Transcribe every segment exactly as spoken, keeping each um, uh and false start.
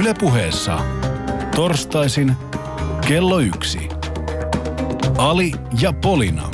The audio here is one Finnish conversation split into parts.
Yle Puheessa. Torstaisin kello yksi. Ali ja Polina.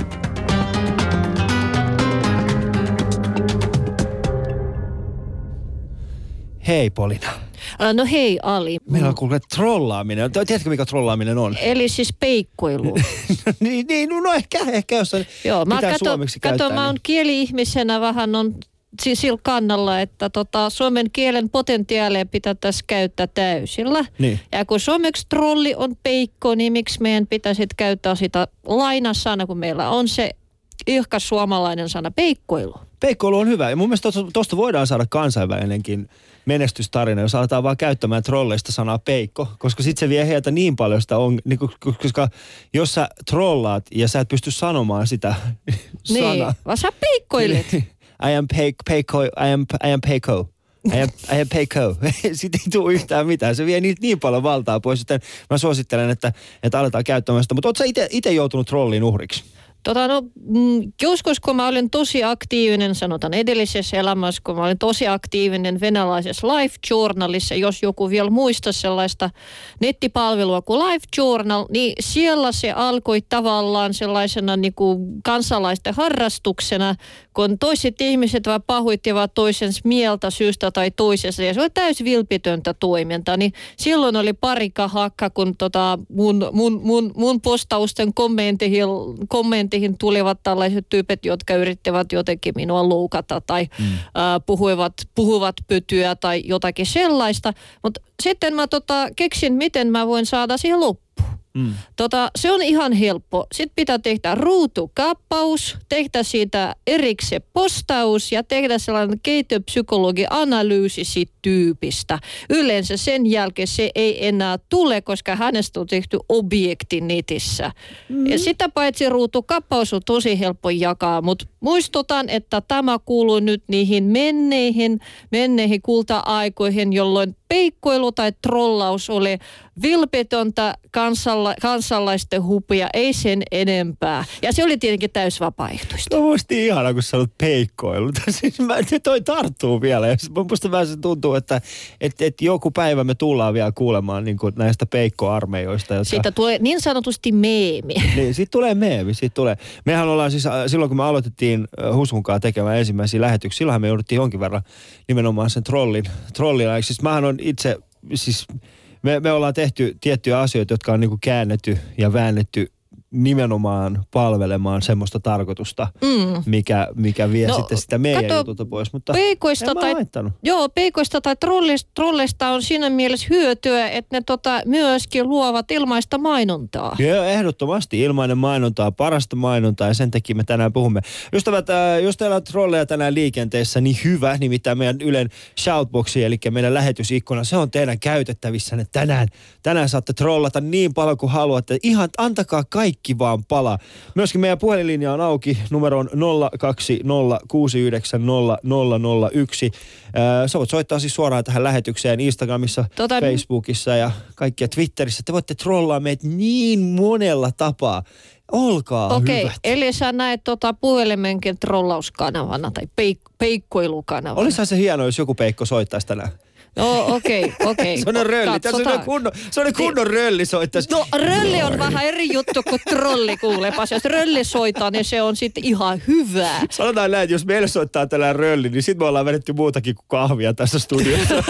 Hei Polina. No hei Ali. Meillä on kuullut trollaaminen. Tiedätkö mikä trollaaminen on? Eli siis peikkoilu. niin, niin, no ehkä, ehkä jos on, Joo, mä pitää kato, suomeksi kato, käyttää. mä oon niin. kieli-ihmisenä vähän on sillä kannalla, että tota, suomen kielen potentiaalia pitää tässä käyttää täysillä. Niin. Ja kun suomeksi trolli on peikko, niin miksi meidän pitäisi käyttää sitä lainasana, kun meillä on se ihka suomalainen sana peikkoilu. Peikkoilu on hyvä. Ja mun mielestä tuosta voidaan saada kansainvälinenkin menestystarina, jos aletaan vaan käyttämään trolleista sanaa peikko, koska sit se vie heiltä niin paljon sitä on, niin, koska jos sä trollaat ja sä et pysty sanomaan sitä niin, sanaa. vaan sä peikkoilet. I am peik, peikko, I am, I am peikko. I am, I am peikko. Sitten ei tule yhtään mitään. Se vie niin, niin paljon valtaa pois, joten mä suosittelen, että, että aletaan käyttämään sitä. Mutta ootko sä itse joutunut trollin uhriksi? Tota no, mm, joskus kun mä olin tosi aktiivinen, sanotaan edellisessä elämässä, kun mä olin tosi aktiivinen venäläisessä Life Journalissa, jos joku vielä muistaa sellaista nettipalvelua kuin Life Journal, niin siellä se alkoi tavallaan sellaisena niin kuin kansalaisten harrastuksena, kun toiset ihmiset vaan pahoittivat toisensa mieltä syystä tai toisesta, ja se oli täysin vilpitöntä toimintaa, niin silloin oli pari kahakka, kun tota mun, mun, mun, mun postausten kommentteihin, kommentteihin tulivat tällaiset tyypit, jotka yrittivät jotenkin minua loukata tai mm. äh, puhuivat, puhuvat pötyä tai jotakin sellaista. Mutta sitten mä tota, keksin, miten mä voin saada siihen loppuun. Mm. Tota, se on ihan helppo. Sitten pitää tehdä ruutukappaus, tehdä siitä erikseen postaus ja tehdä sellainen keitopsykologi-analyysi siitä tyypistä. Yleensä sen jälkeen se ei enää tule, koska hänestä on tehty objekti netissä. Mm. Ja sitä paitsi ruutukappaus on tosi helppo jakaa, mutta muistutan, että tämä kuuluu nyt niihin menneihin, menneihin kulta-aikoihin, jolloin peikkoilu tai trollaus oli vilpitöntä kansala- kansalaisten hupia, ei sen enempää. Ja se oli tietenkin täysvapaaehtoista. No musti ihana, kun sä olet peikkoillut. Siis mä, toi tarttuu vielä. Musta vähän se tuntuu, että et, et joku päivä me tullaan vielä kuulemaan niin kuin näistä peikkoarmeijoista. Jotka... Siitä tulee niin sanotusti meemi. Niin, siitä tulee meemi, siitä tulee. Mehän ollaan siis, silloin kun me aloitettiin Husmunkaan tekemään ensimmäisiä lähetyksiä, silloinhan me jouduttiin jonkin verran nimenomaan sen trollin. trollin. Siis mähän on itse, siis me, me ollaan tehty tiettyjä asioita, jotka on niin kuin käännetty ja väännetty nimenomaan palvelemaan semmoista tarkoitusta, mm. mikä, mikä vie no, sitten sitä meidän kato, jutulta pois. Mutta peikoista tai, joo, peikoista tai trollista, trollista on siinä mielessä hyötyä, että ne tota, myöskin luovat ilmaista mainontaa. Joo, ehdottomasti ilmainen mainontaa, parasta mainontaa ja sen takia me tänään puhumme. Ystävät, äh, jos teillä on trolleja tänään liikenteessä, niin hyvä, nimittäin meidän Ylen shoutboxi, eli meidän lähetysikkuna, se on teidän käytettävissänne tänään. Tänään saatte trollata niin paljon kuin haluatte. Ihan antakaa kaikki vaan palaa. Myöskin meidän puhelinlinja on auki. Numero on nolla kaksi nolla kuusi yhdeksän nolla nolla nolla yksi. Äh, sä voit soittaa siis suoraan tähän lähetykseen Instagramissa, tota... Facebookissa ja kaikkia Twitterissä. Te voitte trollaa meitä niin monella tapaa. Olkaa Okei, hyvät. Eli sä näet tota puhelimenkin trollauskanavana tai peik- peikkoilukanavana. Olisihan se hienoa, jos joku peikko soittaisi tänään. No okei, okay, okei. Okay. Se on rölli. Se on kunnon, se on kunnon rölli soittaisi. No rölli on vähän eri juttu kuin trolli, kuulepas. Jos rölli soittaa, niin se on sitten ihan hyvää. Sanotaan näin, että jos meille soittaa tällainen rölli, niin sit me ollaan vedetty muutakin kuin kahvia tässä studiossa.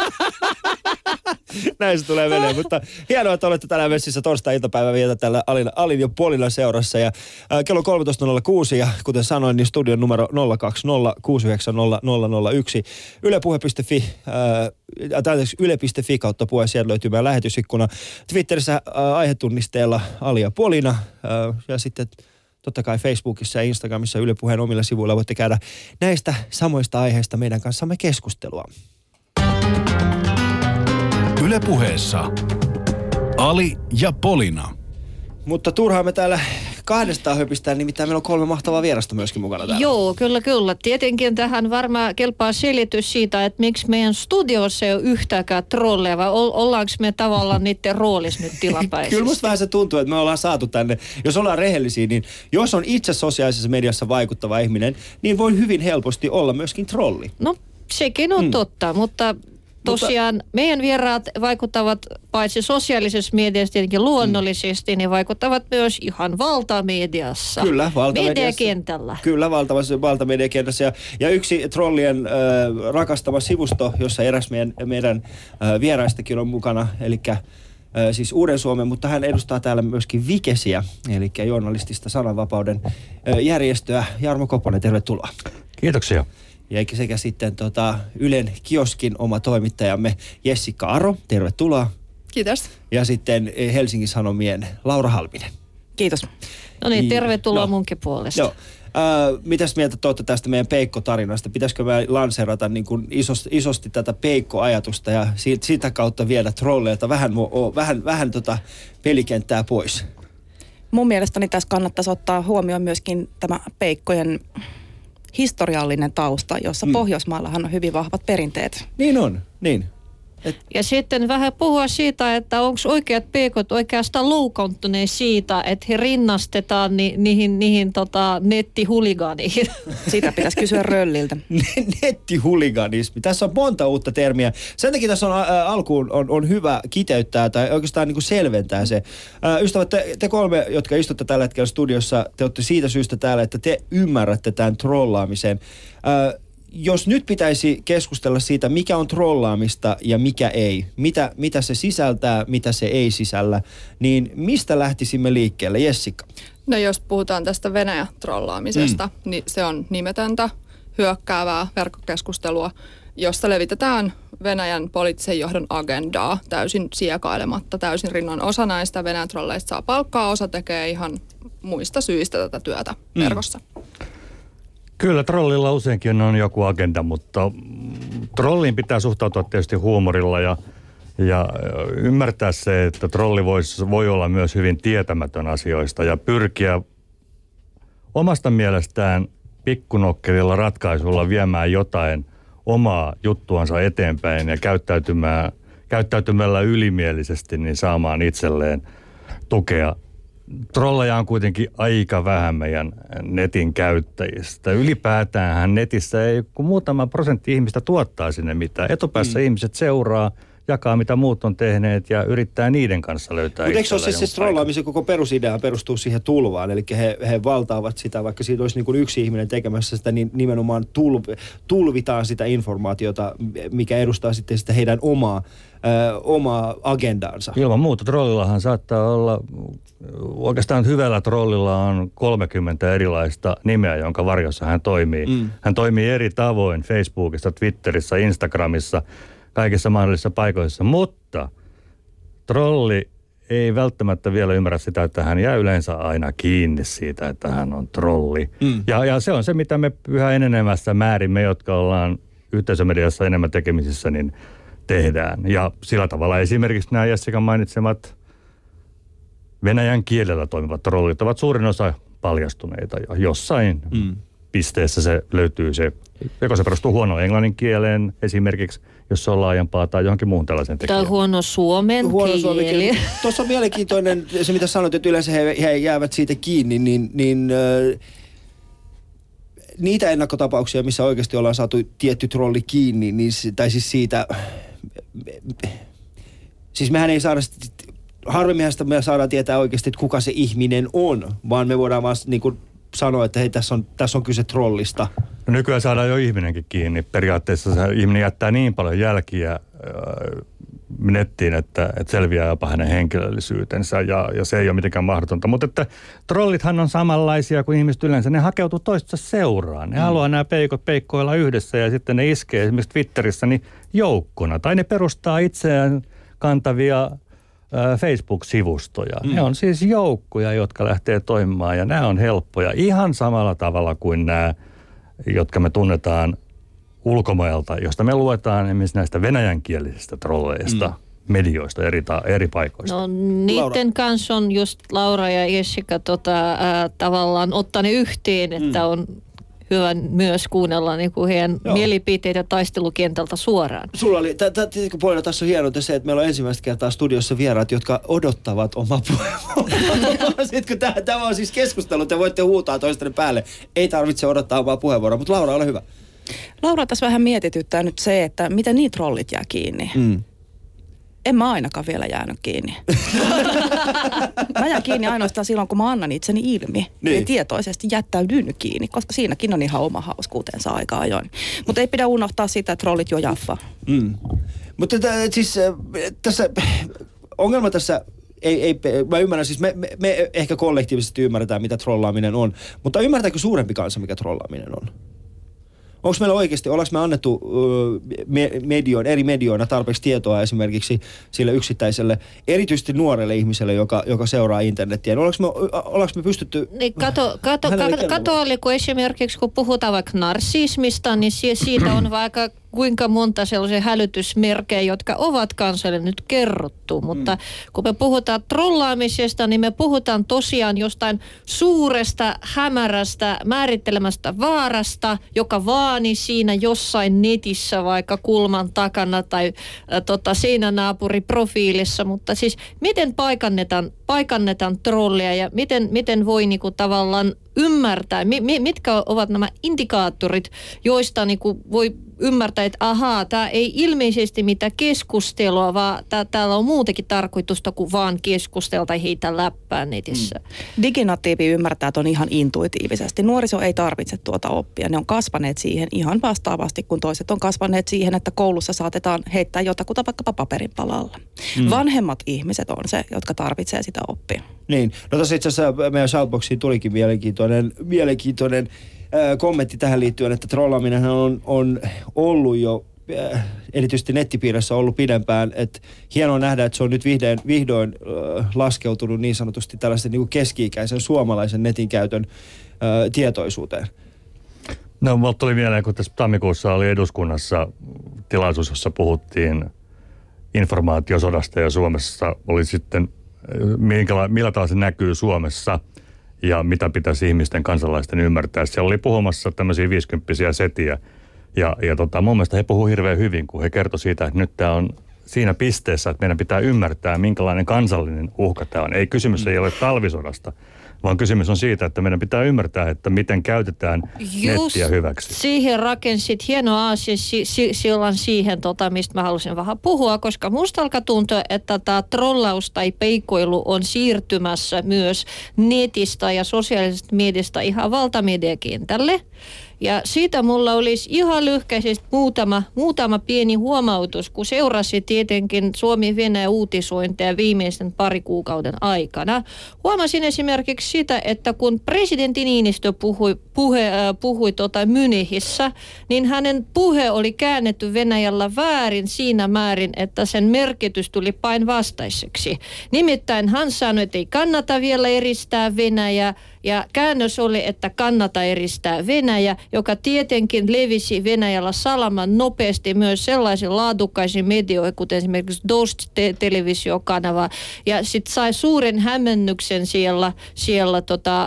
Näin se tulee menee, mutta hienoa, että olette tänään messissä torstai-iltapäivän vietä tällä Alin, Alin ja Polinan seurassa. Ja äh, kello kolmetoista nolla kuusi ja kuten sanoin, niin studion numero nolla kaksi nolla kuusi yhdeksän nolla nolla nolla yksi. Yle.puhe piste fi, äh, yle piste fi kautta puhe, sieltä löytyy meidän lähetysikkuna. Twitterissä äh, aihetunnisteella Ali ja Polina äh, ja sitten totta kai Facebookissa ja Instagramissa Yle Puheen omilla sivuilla voitte käydä näistä samoista aiheista meidän kanssamme keskustelua. Yle Puheessa Ali ja Polina. Mutta turhaan me täällä kahdestaan höpistään, nimittäin meillä on kolme mahtavaa vierasta myöskin mukana täällä. Joo, kyllä, kyllä. Tietenkin tähän varmaan kelpaa selitys siitä, että miksi meidän studiossa ei ole yhtäkään trolleja, vai ollaanko me tavallaan niiden roolissa nyt tilapäisesti? Kyllä musta vähän se tuntuu, että me ollaan saatu tänne, jos ollaan rehellisiä, niin jos on itse sosiaalisessa mediassa vaikuttava ihminen, niin voi hyvin helposti olla myöskin trolli. No, sekin on mm. totta, mutta tosiaan mutta meidän vieraat vaikuttavat paitsi sosiaalisessa mediassa tietenkin luonnollisesti, mm. niin vaikuttavat myös ihan valtamediassa. Kyllä, valtamediassa. Mediakentällä. Kyllä, valtavassa valtamediakentässä. Ja, ja yksi trollien äh, rakastama sivusto, jossa eräs meidän, meidän äh, vieraistakin on mukana, eli äh, siis Uuden Suomen, mutta hän edustaa täällä myöskin Vikesiä, eli journalistista sananvapauden äh, järjestöä. Jarmo Koponen, tervetuloa. Kiitoksia. Ja sekä sitten tota, Ylen kioskin oma toimittajamme Jessica Aro, tervetuloa. Kiitos. Ja sitten Helsingin Sanomien Laura Halminen. Kiitos. No niin, tervetuloa no, munkin puolesta. Joo. Äh, mitäs mieltä te olette tästä meidän Peikko-tarinasta? Pitäisikö me lanseerata niin kuin isosti, isosti tätä Peikko-ajatusta ja siitä, sitä kautta viedä trolleilta vähän, vähän, vähän tota pelikenttää pois? Mun mielestäni tässä kannattaisi ottaa huomioon myöskin tämä Peikkojen historiallinen tausta, jossa mm. Pohjoismaillahan on hyvin vahvat perinteet. Niin on, niin. Et ja sitten vähän puhua siitä, että onko oikeat peikot oikeastaan loukkaantuneet siitä, että he rinnastetaan ni, niihin, niihin tota, nettihuligaaniin. Sitä pitäisi kysyä Rölliltä. Nettihuliganismi. Tässä on monta uutta termiä. Sen takia tässä on ä, alkuun on, on hyvä kiteyttää tai oikeastaan niin kuin selventää se. Ä, ystävät, te, te kolme, jotka istutte tällä hetkellä studiossa, te olette siitä syystä täällä, että te ymmärrätte tämän trollaamisen. Ä, Jos nyt pitäisi keskustella siitä, mikä on trollaamista ja mikä ei, mitä, mitä se sisältää, mitä se ei sisällä, niin mistä lähtisimme liikkeelle? Jessica? No jos puhutaan tästä Venäjä-trollaamisesta, mm. niin se on nimetöntä, hyökkäävää verkkokeskustelua, jossa levitetään Venäjän poliittisen johdon agendaa täysin siekailematta, täysin rinnan. Osa näistä Venäjän trolleista saa palkkaa, osa tekee ihan muista syistä tätä työtä mm. verkossa. Kyllä, trollilla useinkin on joku agenda, mutta trolliin pitää suhtautua tietysti huumorilla ja, ja ymmärtää se, että trolli vois, voi olla myös hyvin tietämätön asioista ja pyrkiä omasta mielestään pikkunokkelilla ratkaisulla viemään jotain omaa juttuansa eteenpäin ja käyttäytymään, käyttäytymällä ylimielisesti niin saamaan itselleen tukea. Trolleja on kuitenkin aika vähän meidän netin käyttäjistä. Ylipäätäänhän netissä ei, kun muutama prosentti ihmistä tuottaa sinne mitään. Etupäässä mm. ihmiset seuraa, jakaa mitä muut on tehneet ja yrittää niiden kanssa löytää. Mutta eikö se ole siis se trollaamisen koko perusidea perustuu siihen tulvaan? Eli he, he valtaavat sitä, vaikka siitä olisi niin kuin yksi ihminen tekemässä sitä, niin nimenomaan tulv, tulvitaan sitä informaatiota, mikä edustaa sitten sitä heidän omaa, ö, omaa agendaansa. Ilman muuta trollillahan saattaa olla, oikeastaan hyvällä trollilla on kolmekymmentä erilaista nimeä, jonka varjossa hän toimii. Mm. Hän toimii eri tavoin Facebookissa, Twitterissä, Instagramissa, kaikissa mahdollisissa paikoissa, mutta trolli ei välttämättä vielä ymmärrä sitä, että hän jää yleensä aina kiinni siitä, että hän on trolli. Mm. Ja, ja se on se, mitä me yhä enenevässä määrin, me jotka ollaan yhteisömediassa enemmän tekemisissä, niin tehdään. Ja sillä tavalla esimerkiksi nämä Jessican mainitsemat venäjän kielellä toimivat trollit ovat suurin osa paljastuneita jo jossain. Mm. pisteessä se löytyy se, joko se perustuu huonoon englannin kieleen esimerkiksi, jos se on laajempaa tai johonkin muuhun tällaisen tekijään. Tai huono suomen huono kieli. Suomen kieli. Tuossa on mielenkiintoinen se, mitä sanoit, että yleensä he, he jäävät siitä kiinni, niin, niin äh, niitä ennakkotapauksia, missä oikeasti ollaan saatu tietty trolli kiinni, niin, tai siis siitä, siis mehän ei saada, harvemminhan sitä me saadaan tietää oikeasti, että kuka se ihminen on, vaan me voidaan vaan niin kuin sanoa, että hei, tässä on, tässä on kyse trollista. No nykyään saadaan jo ihminenkin kiinni. Periaatteessa se ihminen jättää niin paljon jälkiä äh, nettiin, että, että selviää jopa hänen henkilöllisyytensä ja, ja se ei ole mitenkään mahdotonta. Mutta että trollithan on samanlaisia kuin ihmiset yleensä. Ne hakeutuu toistensa seuraan. Ne mm. haluaa nämä peikot peikkoilla yhdessä ja sitten ne iskee esimerkiksi Twitterissä niin joukkona. Tai ne perustaa itseään kantavia Facebook-sivustoja. Mm. Ne on siis joukkoja, jotka lähtee toimimaan ja nämä on helppoja. Ihan samalla tavalla kuin nämä, jotka me tunnetaan ulkomailta, josta me luetaan esimerkiksi näistä venäjänkielisistä trolleista, mm. medioista eri, ta- eri paikoista. No niiden kanssa on just Laura ja Jessica tota, ää, tavallaan ottaneet yhteen, että mm. on hyvä myös kuunnella niin kuin heidän Joo. mielipiteitä taistelukentältä suoraan. Sulla oli, puolella tässä on hienoa se, että meillä on ensimmäistä kertaa studiossa vieraat, jotka odottavat omaa puheenvuoroa. Sitten kun tämä on siis keskustelu, te voitte huutaa toistenne päälle. Ei tarvitse odottaa omaa puheenvuoroa, mutta Laura, ole hyvä. Laura, tässä vähän mietityttää nyt se, että miten niitä trollit jää kiinni. Mm. En mä ainakaan vielä jäänyt kiinni. Mä jään kiinni ainoastaan silloin, kun mä annan itseni ilmi. Niin. Ja tietoisesti jättäydyn kiinni, koska siinäkin on ihan oma hauskuutensa aika ajoin. Mutta ei pidä unohtaa sitä, että trollit jo jaffa. Mm. Mutta t- siis tässä ongelma tässä, ei, ei, mä ymmärrän, siis me, me, me ehkä kollektiivisesti ymmärretään, mitä trollaaminen on. Mutta ymmärtääkö suurempi kansa, mikä trollaaminen on? Onko meillä oikeasti, ollaanko me annettu uh, me, medioon, eri medioina tarpeeksi tietoa esimerkiksi sille yksittäiselle, erityisesti nuorelle ihmiselle, joka, joka seuraa internetiä? Ollaanko me, ollaanko me pystytty... Niin, kato, kato, kato, kato oli, kun esimerkiksi kun puhutaan vaikka narsismista, niin siitä on vaikka kuinka monta sellaisia hälytysmerkkejä, jotka ovat kansalle nyt kerrottu. Mutta mm. kun me puhutaan trollaamisesta, niin me puhutaan tosiaan jostain suuresta, hämärästä, määrittelemästä vaarasta, joka vaani siinä jossain netissä vaikka kulman takana tai äh, tota, seinänaapuriprofiilissa. Mutta siis miten paikannetaan, paikannetaan trollia ja miten, miten voi niinku tavallaan ymmärtää, mi, mi, mitkä ovat nämä indikaattorit, joista niinku voi ymmärtää, että ahaa, tämä ei ilmeisesti mitään keskustelua, vaan tää, täällä on muutenkin tarkoitusta kuin vaan keskustella tai heitä läppää netissä. Mm. Diginatiivi ymmärtää ton ihan intuitiivisesti. Nuoriso ei tarvitse tuota oppia. Ne on kasvaneet siihen ihan vastaavasti, kun toiset on kasvaneet siihen, että koulussa saatetaan heittää jotakuta vaikkapa paperin palalla. Mm. Vanhemmat ihmiset on se, jotka tarvitsee sitä oppia. Niin. No tässä itse asiassa meidän Shoutboxiin tulikin mielenkiintoinen, mielenkiintoinen äh, kommentti tähän liittyen, että trollaaminen on, on ollut jo äh, erityisesti nettipiirissä ollut pidempään. Että hienoa nähdä, että se on nyt vihdoin, vihdoin äh, laskeutunut niin sanotusti tällaisen niin kuin keski-ikäisen suomalaisen netin käytön äh, tietoisuuteen. No, mulle tuli mieleen, kun tässä tammikuussa oli eduskunnassa tilaisuus, jossa puhuttiin informaatiosodasta ja Suomessa oli sitten Minkäla- millä tavalla se näkyy Suomessa ja mitä pitäisi ihmisten kansalaisten ymmärtää. Siellä oli puhumassa tämmöisiä viisikymppisiä setiä ja, ja tota, mun mielestä he puhuu hirveän hyvin, kun he kertoi siitä, että nyt tämä on siinä pisteessä, että meidän pitää ymmärtää, minkälainen kansallinen uhka tämä on. Ei kysymys ei ole talvisodasta, vaan kysymys on siitä, että meidän pitää ymmärtää, että miten käytetään Just nettiä hyväksi. Siihen rakensit hieno aasia si, si, silloin siihen, tota, mistä mä halusin vähän puhua, koska musta alkaa tuntua, että tämä trollaus tai peikoilu on siirtymässä myös netistä ja sosiaalisesta mediasta ihan valtamediakentälle. Ja siitä mulla olisi ihan lyhkäisesti muutama, muutama pieni huomautus, kun seurasi tietenkin Suomi-Venäjä uutisointeja viimeisen pari kuukauden aikana. Huomasin esimerkiksi sitä, että kun presidentti Niinistö puhui, puhe, äh, puhui tota Münihissä, niin hänen puhe oli käännetty Venäjällä väärin siinä määrin, että sen merkitys tuli päinvastaiseksi. Nimittäin hän sanoi, että ei kannata vielä eristää Venäjää, ja käännös oli, että kannata eristää Venäjä, joka tietenkin levisi Venäjällä salaman nopeasti myös sellaisiin laadukkaisiin medioihin, kuten esimerkiksi Dost-televisiokanava. Ja sitten sai suuren hämmennyksen siellä, siellä tota, äh,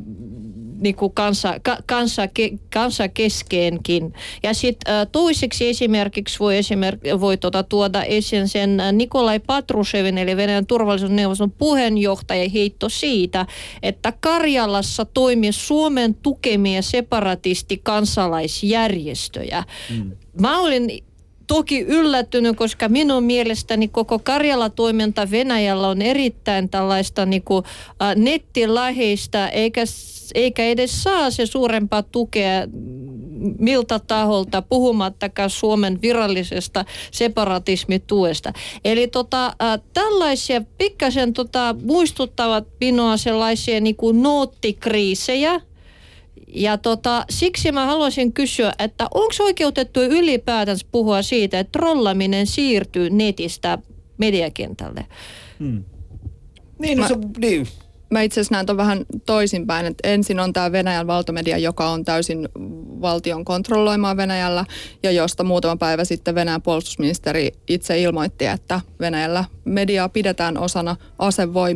niinku kansa, ka, kansa, ke, kansa keskeenkin. Ja sitten äh, toiseksi esimerkiksi voi, esimerk, voi tota, tuoda esiin sen Nikolai Patrushevin, eli Venäjän turvallisuusneuvoston puheenjohtaja heitto siitä, että Karjalassa toimii Suomen tukemia separatisti kansalaisjärjestöjä. Mm. Mä olin toki yllättynyt, koska minun mielestäni koko Karjala-toiminta Venäjällä on erittäin tällaista niin kuin, äh, nettiläheistä, eikä, eikä edes saa se suurempaa tukea miltä taholta, puhumattakaan Suomen virallisesta separatismituesta. Eli tota, äh, tällaisia pikkasen tota, muistuttavat minua sellaisia niin kuin noottikriisejä. Ja tota, siksi mä haluaisin kysyä, että onko oikeutettu ylipäätänsä puhua siitä, että trollaminen siirtyy netistä mediakentälle? Hmm. Niin, mä, se, niin. Mä itse asiassa näen ton vähän toisinpäin, että ensin on tämä Venäjän valtamedia, joka on täysin valtion kontrolloimaa Venäjällä ja josta muutama päivä sitten Venäjän puolustusministeri itse ilmoitti, että Venäjällä mediaa pidetään osana asevoimia.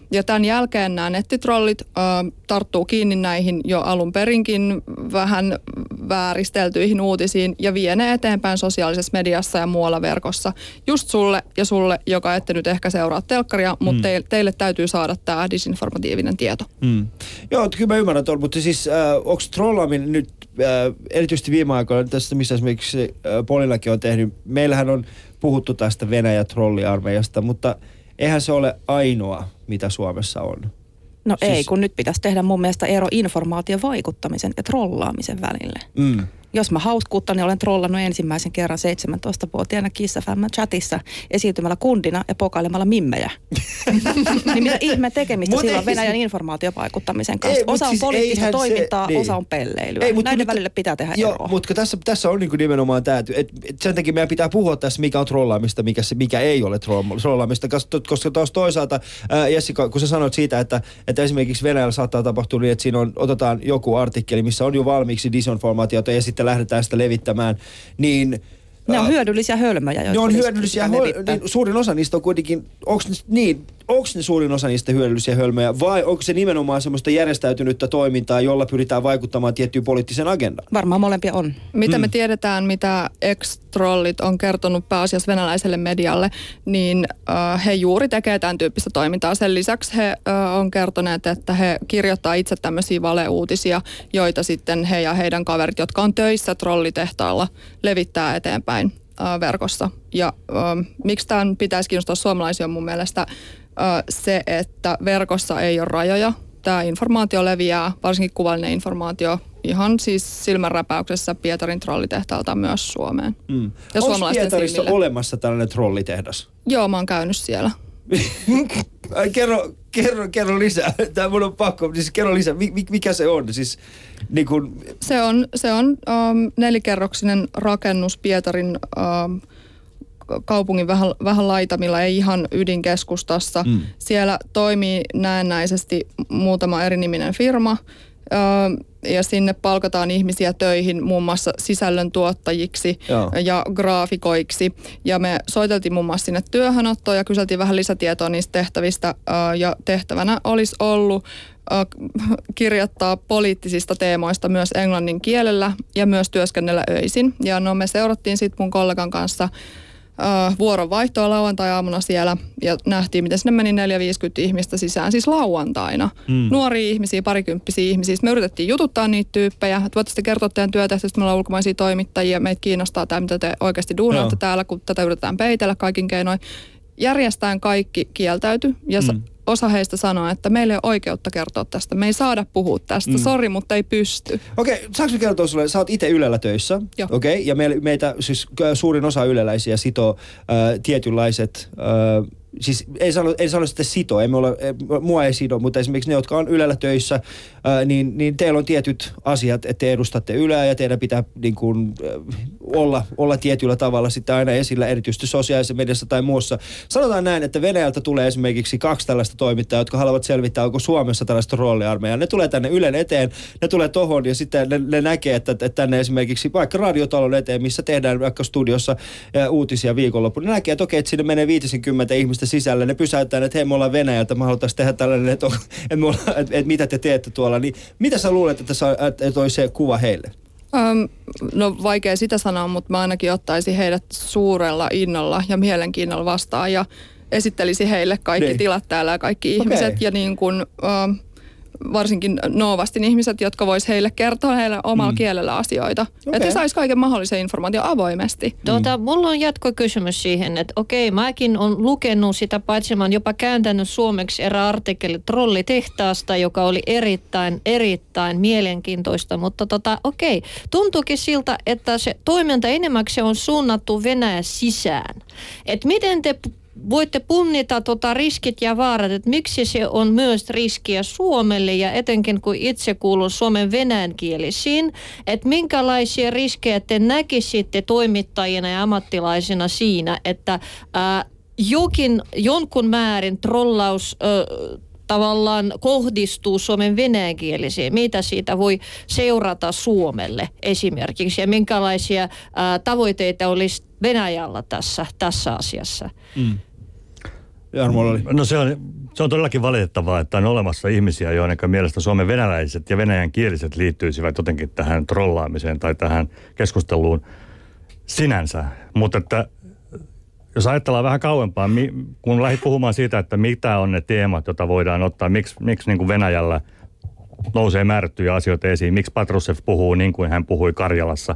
Ja tämän jälkeen nämä nettitrollit ö, tarttuu kiinni näihin jo alun perinkin vähän vääristeltyihin uutisiin ja vie ne eteenpäin sosiaalisessa mediassa ja muualla verkossa. Just sulle ja sulle, joka ette nyt ehkä seuraa telkkaria, mutta mm. teille, teille täytyy saada tämä disinformatiivinen tieto. Mm. Joo, kyllä mä ymmärrän tuon, mutta siis äh, onko trollaaminen nyt äh, erityisesti viime aikoina, tässä missä esimerkiksi äh, Polinakin on tehnyt, meillähän on puhuttu tästä Venäjä-trolliarmeijasta, mutta eihän se ole ainoa, mitä Suomessa on. No siis... ei, kun nyt pitäisi tehdä mun mielestä ero informaation vaikuttamisen ja trollaamisen välille. Mm. Jos mä hauskuuttan, niin olen trollannut ensimmäisen kerran seitsemäntoistavuotiaana Kiss F M:n chatissa esiintymällä kundina ja pokailemalla mimmejä. Niin mitä ihme tekemistä mut sillä on ei, Venäjän siis... informaatiovaikuttamisen kanssa. Ei, osa on siis poliittista toimintaa, se, niin. osa on pelleilyä. Ei, Näiden nyt, välille pitää tehdä joo, eroa. mutta tässä, tässä on niin kuin nimenomaan tämä, että et sen takia meidän pitää puhua tässä, mikä on trollaamista, mikä, se, mikä ei ole trollaamista, koska tuossa toisaalta, ää, Jessica, kun sä sanoit siitä, että, että esimerkiksi Venäjällä saattaa tapahtua niin, että siinä on, otetaan joku artikkeli, missä on jo valmiiksi disinformaatiota ja sitten lähdetään sitä levittämään, niin... Ne on hyödyllisiä hölmöjä, joita ne on hyödyllisiä, niin suurin osa niistä on kuitenkin, onko ne, niin, onko ne suurin osa niistä hyödyllisiä hölmöjä vai onko se nimenomaan semmoista järjestäytynyttä toimintaa, jolla pyritään vaikuttamaan tiettyyn poliittiseen agendaan? Varmaan molempia on. Mitä Mm. me tiedetään, mitä ex-trollit on kertonut pääasiassa venäläiselle medialle, niin äh, he juuri tekee tämän tyyppistä toimintaa. Sen lisäksi he äh, on kertoneet, että he kirjoittaa itse tämmöisiä valeuutisia, joita sitten he ja heidän kaverit, jotka on töissä trollitehtaalla, levittää eteenpäin äh, verkossa. Ja äh, miksi tämän pitäisi kiinnostaa suomalaisia on mun mielestä äh, se, että verkossa ei ole rajoja. Tämä informaatio leviää, varsinkin kuvallinen informaatio, ihan siis silmänräpäyksessä Pietarin trollitehtaalta myös Suomeen. Mm. Ja onko Pietarissa silmille. olemassa tällainen trollitehdas? Joo, mä oon käynyt siellä. Ai, kerro, kerro, kerro lisää. Tämä mun on pakko. Siis kerro lisää. Mikä se on? Siis, niin kun... Se on, se on um, nelikerroksinen rakennus Pietarin um, kaupungin vähän, vähän laitamilla, ei ihan ydinkeskustassa. Mm. Siellä toimii näennäisesti muutama eriniminen firma. Ja sinne palkataan ihmisiä töihin muun muassa sisällöntuottajiksi Joo. ja graafikoiksi. Ja me soiteltiin muun muassa sinne työhönottoon ja kyseltiin vähän lisätietoa niistä tehtävistä. Ja tehtävänä olisi ollut kirjoittaa poliittisista teemoista myös englannin kielellä ja myös työskennellä öisin. Ja no me seurattiin sitten mun kollegan kanssa Uh, vuoronvaihtoa lauantai-aamuna siellä ja nähtiin, miten sinne meni neljäkymmentä viisikymmentä ihmistä sisään, siis lauantaina. Mm. Nuoria ihmisiä, parikymppisiä ihmisiä. Me yritettiin jututtaa niitä tyyppejä, että voitte sitten kertoa teidän työtehtävistä, me ollaan ulkomaisia toimittajia, meitä kiinnostaa tämä, mitä te oikeasti duunaatte Joo. täällä, kun tätä yritetään peitellä kaikin keinoin. Järjestään kaikki kieltäytyi ja mm. osa heistä sanoi, että meillä ei ole oikeutta kertoa tästä. Me ei saada puhua tästä. Mm. Sori, mutta ei pysty. Okei, okay, saanko mä kertoa sulle? Sä oot itse Ylellä töissä. Okei, okay, ja me, meitä siis suurin osa yleläisiä sitoo äh, tietynlaiset... Äh, Siis ei sano, ei sano sitä sitoa, emme ole, mua ei sido, mutta esimerkiksi ne, jotka on Ylellä töissä, ää, niin, niin teillä on tietyt asiat, että te edustatte Yleä ja teidän pitää niin kuin, olla, olla tietyllä tavalla sitten aina esillä, erityisesti sosiaalisessa mediassa tai muussa. Sanotaan näin, että Venäjältä tulee esimerkiksi kaksi tällaista toimittajaa, jotka haluavat selvittää, onko Suomessa tällaista trolliarmeijaa. Ne tulee tänne Ylen eteen, ne tulee tohon ja sitten ne, ne näkee, että, että tänne esimerkiksi vaikka radiotalon eteen, missä tehdään vaikka studiossa ää, uutisia viikonloppuun, ne näkee, että okei, että sinne menee viisikymmentä ihmistä sisällä, ne pysäyttää, että hei, me ollaan Venäjältä, me haluttaisiin tehdä tällainen, että, että, että, että mitä te teette tuolla, niin mitä sä luulet, että, sä, että olisi se kuva heille? Um, no vaikea sitä sanoa, mutta mä ainakin ottaisin heidät suurella innolla ja mielenkiinnolla vastaan ja esittelisi heille kaikki niin. tilat täällä ja kaikki ihmiset okay. ja niin kuin... Um, varsinkin Novastin ihmiset, jotka vois heille kertoa heille omalla mm. kielellä asioita. Okay. Että he sais kaiken mahdollisen informaation avoimesti. Tuota, mulla on jatkokysymys siihen, että okei, mäkin on lukenut sitä, paitsi mä oon jopa kääntänyt suomeksi erä artikkeli trollitehtaasta, joka oli erittäin, erittäin mielenkiintoista. Mutta tota, okei, tuntuukin siltä, että se toiminta enemmäksi on suunnattu Venäjän sisään. Että miten te voitte punnita tota riskit ja vaarat, että miksi se on myös riskiä Suomelle ja etenkin kun itse kuulun Suomen venäjänkielisiin, että minkälaisia riskejä te näkisitte toimittajina ja ammattilaisina siinä, että ää, jokin, jonkun määrin trollaus ää, tavallaan kohdistuu Suomen venäjänkielisiin. Mitä siitä voi seurata Suomelle esimerkiksi ja minkälaisia ää, tavoitteita olisi Venäjällä tässä, tässä asiassa? Mm. Jarmolla oli? No se on, se on todellakin valitettavaa, että on olemassa ihmisiä, joiden mielestä Suomen venäläiset ja venäjän kieliset liittyisivät jotenkin tähän trollaamiseen tai tähän keskusteluun sinänsä. Mutta että jos ajatellaan vähän kauempaa, kun lähdit puhumaan siitä, että mitä on ne teemat, joita voidaan ottaa, miksi, miksi niin kuin Venäjällä nousee määrättyjä asioita esiin, miksi Patrushev puhuu niin kuin hän puhui Karjalassa,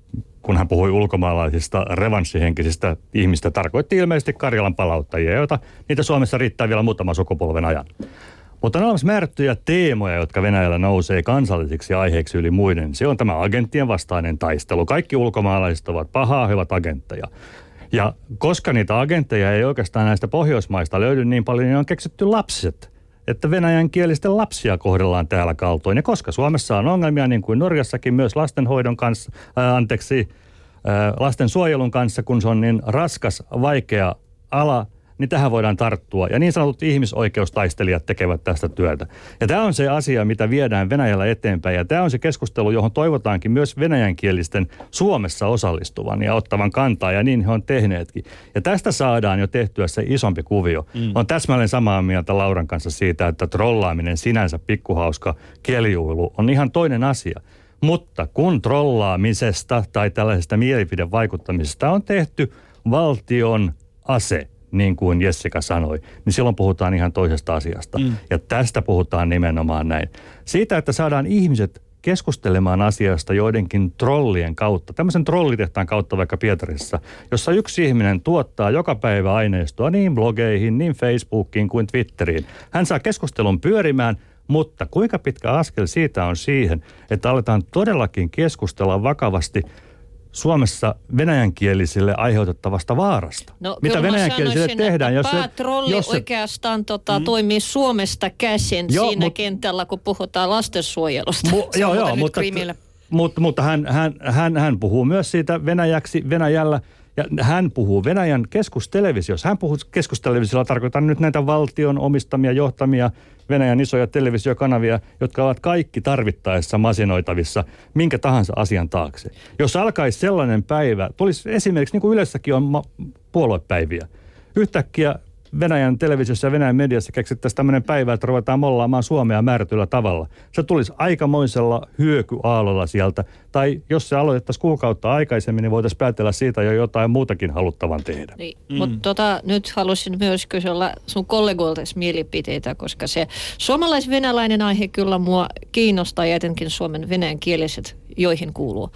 kun hän puhui ulkomaalaisista revanssihenkisistä ihmistä, tarkoitti ilmeisesti Karjalan palauttajia, joita niitä Suomessa riittää vielä muutama sukupolven ajan. Mutta on olemassa määrättyjä teemoja, jotka Venäjällä nousee kansallisiksi aiheiksi yli muiden. Se on tämä agenttien vastainen taistelu. Kaikki ulkomaalaiset ovat pahaa, he ovat agentteja. Ja koska niitä agentteja ei oikeastaan näistä Pohjoismaista löydy niin paljon, niin on keksitty lapset. Että venäjänkielisten lapsia kohdellaan täällä kaltoin. Ja koska Suomessa on ongelmia, niin kuin Norjassakin, myös lastenhoidon kanssa, ää, anteeksi, ää, lastensuojelun kanssa, kun se on niin raskas, vaikea ala, niin tähän voidaan tarttua. Ja niin sanotut ihmisoikeustaistelijat tekevät tästä työtä. Ja tämä on se asia, mitä viedään Venäjällä eteenpäin. Ja tämä on se keskustelu, johon toivotaankin myös venäjänkielisten Suomessa osallistuvan ja ottavan kantaa. Ja niin he on tehneetkin. Ja tästä saadaan jo tehtyä se isompi kuvio. Mm. On täsmälleen samaa mieltä Lauran kanssa siitä, että trollaaminen sinänsä pikkuhauska kielijuilu on ihan toinen asia. Mutta kun trollaamisesta tai tällaisesta mielipidevaikuttamisesta on tehty valtion ase, niin kuin Jessica sanoi, niin silloin puhutaan ihan toisesta asiasta. Mm. Ja tästä puhutaan nimenomaan näin. Siitä, että saadaan ihmiset keskustelemaan asiasta joidenkin trollien kautta, tämmöisen trollitehtaan kautta vaikka Pietarissa, jossa yksi ihminen tuottaa joka päivä aineistoa niin blogeihin, niin Facebookiin kuin Twitteriin. Hän saa keskustelun pyörimään, mutta kuinka pitkä askel siitä on siihen, että aletaan todellakin keskustella vakavasti Suomessa venäjänkielisille aiheutettavasta vaarasta. No, mitä venäjänkielisille tehdään? Jos päätrolli jos se, oikeastaan tota, mm. toimii Suomesta käsin joo, siinä mut, kentällä, kun puhutaan lastensuojelusta. Mu, joo, joo, mutta, mutta, mutta hän, hän, hän, hän puhuu myös siitä venäjäksi Venäjällä. Ja hän puhuu Venäjän keskustelevisiossa. Hän puhuu keskustelevisiolla, tarkoitan nyt näitä valtion omistamia, johtamia Venäjän isoja televisiokanavia, jotka ovat kaikki tarvittaessa masinoitavissa minkä tahansa asian taakse. Jos alkaisi sellainen päivä, tulisi esimerkiksi niin kuin Ylessäkin on ma- puoluepäiviä. Yhtäkkiä Venäjän televisiossa ja Venäjän mediassa keksittäisiin tämmöinen päivä, että ruvetaan mollaamaan Suomea määrätyllä tavalla. Se tulisi aikamoisella hyökyaallolla sieltä. Tai jos se aloitettaisiin kuukautta aikaisemmin, niin voitaisiin päätellä siitä jo jotain muutakin haluttavan tehdä. Niin, mm. Mutta tota, nyt halusin myös kysyä sun kollegoilta mielipiteitä, koska se suomalais-venäläinen aihe kyllä mua kiinnostaa ja etenkin suomen venäjänkieliset, joihin kuuluu.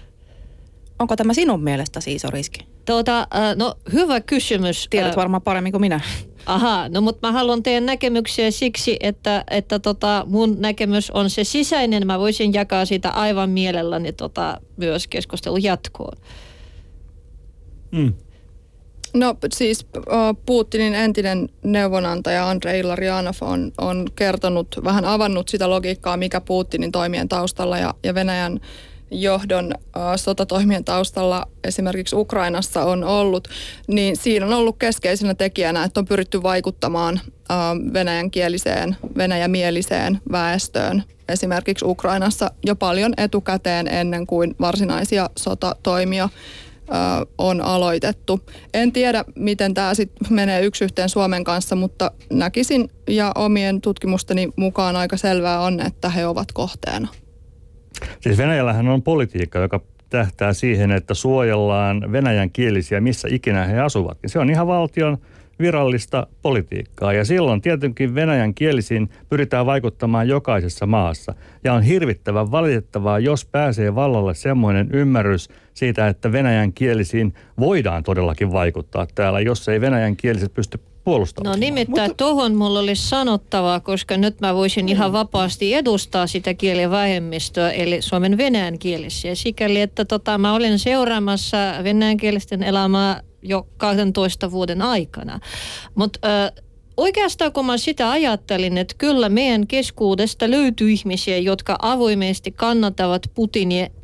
Onko tämä sinun mielestäsi iso riski? Tuota, no hyvä kysymys. Tiedät varmaan paremmin kuin minä. Aha, no mutta mä haluan teidän näkemyksiä siksi, että, että tota, mun näkemys on se sisäinen. Mä voisin jakaa sitä aivan mielelläni tota, myös keskustelun jatkoon. Mm. No siis Putinin entinen neuvonantaja Andrei Illarionov on, on kertonut, vähän avannut sitä logiikkaa, mikä Putinin toimien taustalla ja, ja Venäjän johdon äh, sotatoimien taustalla esimerkiksi Ukrainassa on ollut, niin siinä on ollut keskeisenä tekijänä, että on pyritty vaikuttamaan äh, venäjänkieliseen, venäjämieliseen väestöön esimerkiksi Ukrainassa jo paljon etukäteen ennen kuin varsinaisia sotatoimia äh, on aloitettu. En tiedä, miten tämä sitten menee yksi yhteen Suomen kanssa, mutta näkisin ja omien tutkimusteni mukaan aika selvää on, että he ovat kohteena. Siis Venäjällähän on politiikka, joka tähtää siihen, että suojellaan venäjänkielisiä missä ikinä he asuvat. Se on ihan valtion virallista politiikkaa ja silloin tietenkin venäjänkielisiin pyritään vaikuttamaan jokaisessa maassa. Ja on hirvittävän valitettavaa, jos pääsee vallalle semmoinen ymmärrys siitä, että venäjänkielisiin voidaan todellakin vaikuttaa täällä, jos ei venäjänkieliset pysty puolustamaan. No nimittäin Mutta... tohon mulla olisi sanottavaa, koska nyt mä voisin ihan vapaasti edustaa sitä kielivähemmistöä, eli suomen venäjänkielisiä. Sikäli, että tota, mä olen seuraamassa venäjänkielisten elämää jo kahdentoista vuoden aikana. Mutta äh, oikeastaan kun mä sitä ajattelin, että kyllä meidän keskuudesta löytyy ihmisiä, jotka avoimesti kannattavat Putinia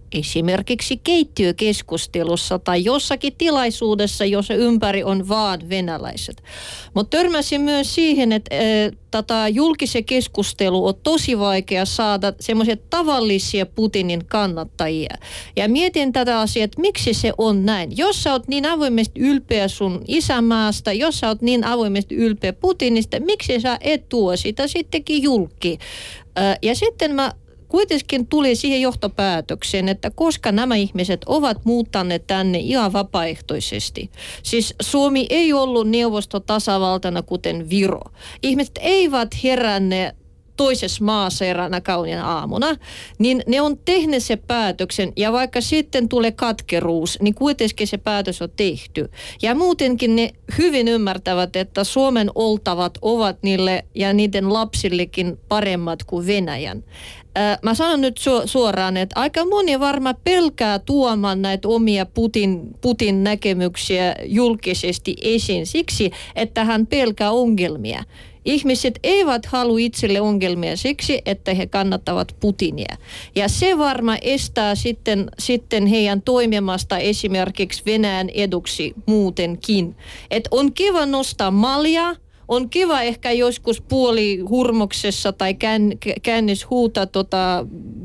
esimerkiksi keittiökeskustelussa tai jossakin tilaisuudessa, jossa ympäri on vaan venäläiset. Mutta törmäsin myös siihen, että äh, tätä julkisen keskustelu on tosi vaikea saada semmoisia tavallisia Putinin kannattajia. Ja mietin tätä asiaa, että miksi se on näin. Jos sä oot niin avoimesti ylpeä sun isämaasta, jos sä oot niin avoimesti ylpeä Putinista, miksi sä et tuo sitä sittenkin julki? Äh, ja sitten mä kuitenkin tuli siihen johtopäätökseen, että koska nämä ihmiset ovat muuttaneet tänne ihan vapaaehtoisesti. Siis Suomi ei ollut neuvostotasavaltana kuten Viro. Ihmiset eivät heränneet toisessa maassa eräänä kauniina aamuna, niin ne on tehneet se päätöksen ja vaikka sitten tulee katkeruus, niin kuitenkin se päätös on tehty. Ja muutenkin ne hyvin ymmärtävät, että Suomen oltavat ovat niille ja niiden lapsillekin paremmat kuin Venäjän. Mä sanon nyt suoraan, että aika moni varmaan pelkää tuomaan näitä omia Putin, Putin näkemyksiä julkisesti esiin siksi, että hän pelkää ongelmia. Ihmiset eivät halua itselle ongelmia siksi, että he kannattavat Putinia. Ja se varmaan estää sitten, sitten heidän toimimasta esimerkiksi Venäjän eduksi muutenkin. Että on kiva nostaa malja. On kiva ehkä joskus puolihurmoksessa tai kännis huuta tota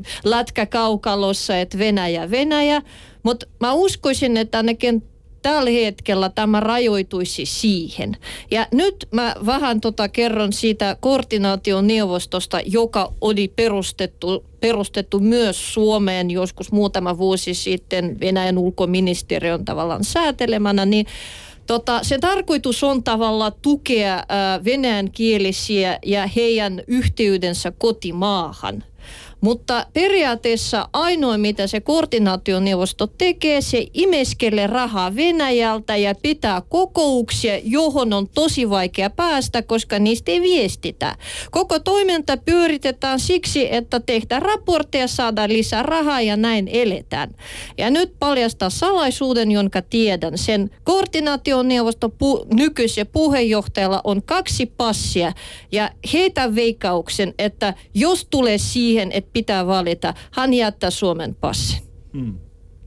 lätkäkaukalossa, että Venäjä, Venäjä. Mutta mä uskoisin, että ainakin tällä hetkellä tämä rajoituisi siihen. Ja nyt mä vähän tota kerron siitä koordinaationeuvostosta, joka oli perustettu, perustettu myös Suomeen joskus muutama vuosi sitten Venäjän ulkoministeriön tavallaan säätelemänä, niin Tota, sen tarkoitus on tavallaan tukea ää, venäjänkielisiä ja heidän yhteydensä kotimaahan. Mutta periaatteessa ainoa, mitä se koordinaationeuvosto tekee, se imeskelee rahaa Venäjältä ja pitää kokouksia, johon on tosi vaikea päästä, koska niistä ei viestitä. Koko toiminta pyöritetään siksi, että tehdään raportteja, saadaan lisää rahaa ja näin eletään. Ja nyt paljastaa salaisuuden, jonka tiedän. Sen koordinaationeuvoston pu- nykyisen puheenjohtajalla on kaksi passia ja heitä veikkauksen, että jos tulee siihen, että pitää valita, hän jättää Suomen passin. Hmm.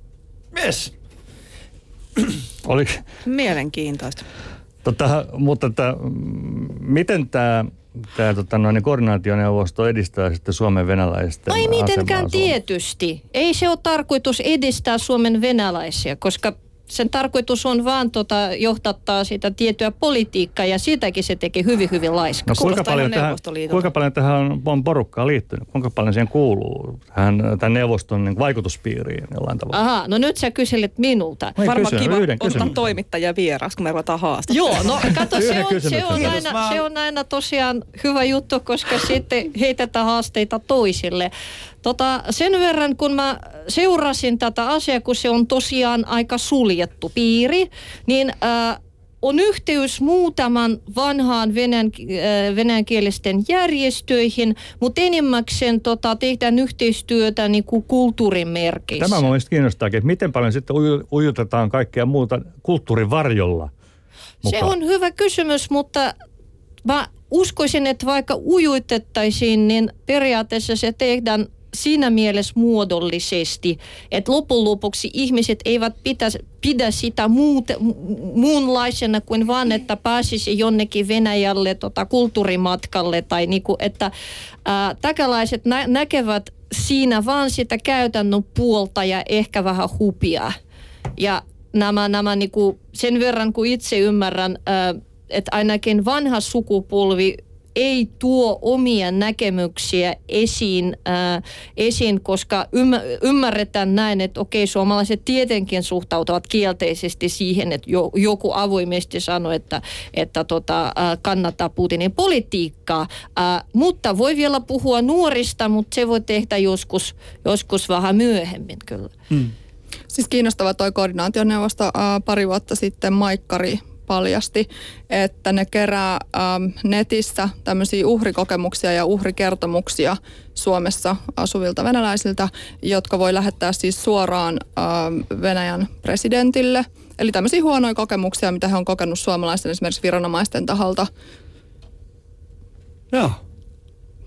Yes. Oliko? Mielenkiintoista. Tota, mutta että, miten tämä tämä tota, noin, koordinaationeuvosto edistää sitten Suomen venäläisten Ai mitenkään asemaa tietysti. Ei se ole tarkoitus edistää Suomen venäläisiä, koska sen tarkoitus on vaan tota, johtattaa sitä tiettyä politiikkaa ja siitäkin se tekee hyvin, hyvin laiska. No, kuinka, paljon tähän, kuinka paljon tähän on, on porukkaa liittynyt? Kuinka paljon siihen kuuluu tähän, tämän neuvoston niin vaikutuspiiriin jollain tavalla? Aha, no nyt sä kyselet minulta. Ei Varmaan kysy, kiva yhden ottaa kysymys. toimittajia vieraaksi, kun me ruvetaan haastamaan. Joo, no kato, se on, se, on Kiitos, aina, mä... se on aina tosiaan hyvä juttu, koska sitten heitetään haasteita toisille. Tota, sen verran, kun mä seurasin tätä asiaa, kun se on tosiaan aika suljettu piiri, niin äh, on yhteys muutaman vanhaan venäjän, äh, venäjänkielisten järjestöihin, mutta enimmäkseen tota, tehdään yhteistyötä niin kuin kulttuurin merkeissä. Tämä mun mielestä kiinnostaakin, että miten paljon sitten ujutetaan kaikkea muuta kulttuurin varjolla mukaan. Se on hyvä kysymys, mutta mä uskoisin, että vaikka ujutettaisiin, niin periaatteessa se tehdään siinä mielessä muodollisesti, että lopun lopuksi ihmiset eivät pidä, pidä sitä muut, muunlaisena kuin vaan, että pääsisi jonnekin Venäjälle tota, kulttuurimatkalle tai niinku, että ää, takalaiset nä- näkevät siinä vaan sitä käytännön puolta ja ehkä vähän hupia. Ja nämä, nämä niinku, sen verran kun itse ymmärrän, ää, että ainakin vanha sukupolvi ei tuo omia näkemyksiä esiin, äh, esiin koska ymmärretään näin, että okei, suomalaiset tietenkin suhtautuvat kielteisesti siihen, että jo, joku avoimesti sanoo, että, että tota, äh, kannattaa Putinin politiikkaa. Äh, mutta voi vielä puhua nuorista, mutta se voi tehdä joskus, joskus vähän myöhemmin kyllä. Hmm. Siis kiinnostava toi koordinaationeuvosto äh, pari vuotta sitten Maikkari paljasti, että ne kerää ähm, netissä tämmöisiä uhrikokemuksia ja uhrikertomuksia Suomessa asuvilta venäläisiltä, jotka voi lähettää siis suoraan ähm, Venäjän presidentille. Eli tämmöisiä huonoja kokemuksia, mitä he on kokenut suomalaisten esimerkiksi viranomaisten taholta. Joo.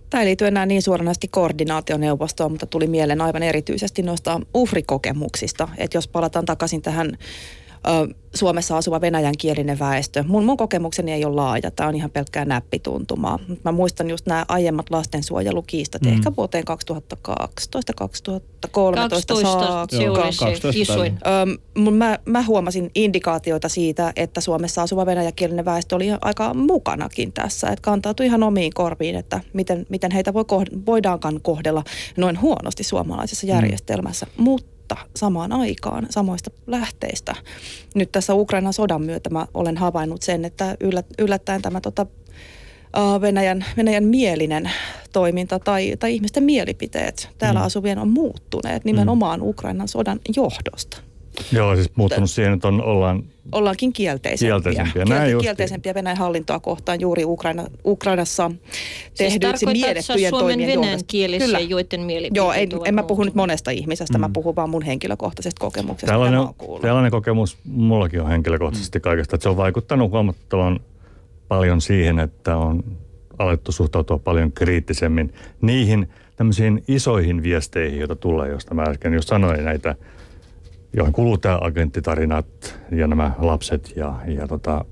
Tämä ei liity enää niin suoranaisesti koordinaationeuvostoon, mutta tuli mieleen aivan erityisesti noista uhrikokemuksista. Että jos palataan takaisin tähän ö, Suomessa asuva venäjänkielinen väestö. Mun, mun kokemukseni ei ole laaja. Tämä on ihan pelkkää näppituntumaa. Mä muistan just nämä aiemmat lastensuojelukiistat, mm. ehkä vuoteen kaksituhattakaksitoista kaksituhattakolmetoista saakka. Isoin. Mä, mä huomasin indikaatioita siitä, että Suomessa asuva venäjänkielinen väestö oli aika mukanakin tässä. Että kantautui ihan omiin korviin, että miten, miten heitä voi kohd- voidaankaan kohdella noin huonosti suomalaisessa järjestelmässä. Mm. Mutta samaan aikaan samoista lähteistä. Nyt tässä Ukrainan sodan myötä mä olen havainnut sen, että yllättäen tämä tota, Venäjän, Venäjän mielinen toiminta tai, tai ihmisten mielipiteet täällä mm. asuvien on muuttuneet nimenomaan mm. Ukrainan sodan johdosta. Joo, siis muuttunut siihen, että on, ollaan... Ollaankin kielteisempiä. Kielteisempiä, Kiel- kielteisempiä Venäjän hallintoa kohtaan juuri Ukraina, Ukrainassa tehdyiksi siis miedettyjen toimien johdosta. Venäjänkielisiä, joiden mielipiteet Joo, en, en mä puhu nyt monesta ihmisestä, mm. mä puhun vaan mun henkilökohtaisesta kokemuksesta. Tällainen, tällainen kokemus mullakin on henkilökohtaisesti mm. kaikesta, että se on vaikuttanut huomattavan paljon siihen, että on alettu suhtautua paljon kriittisemmin niihin tämmöisiin isoihin viesteihin, joita tulee, josta mä äsken just sanoin näitä, joihin kuuluu tämä agenttitarinat ja nämä lapset ja, ja, tota,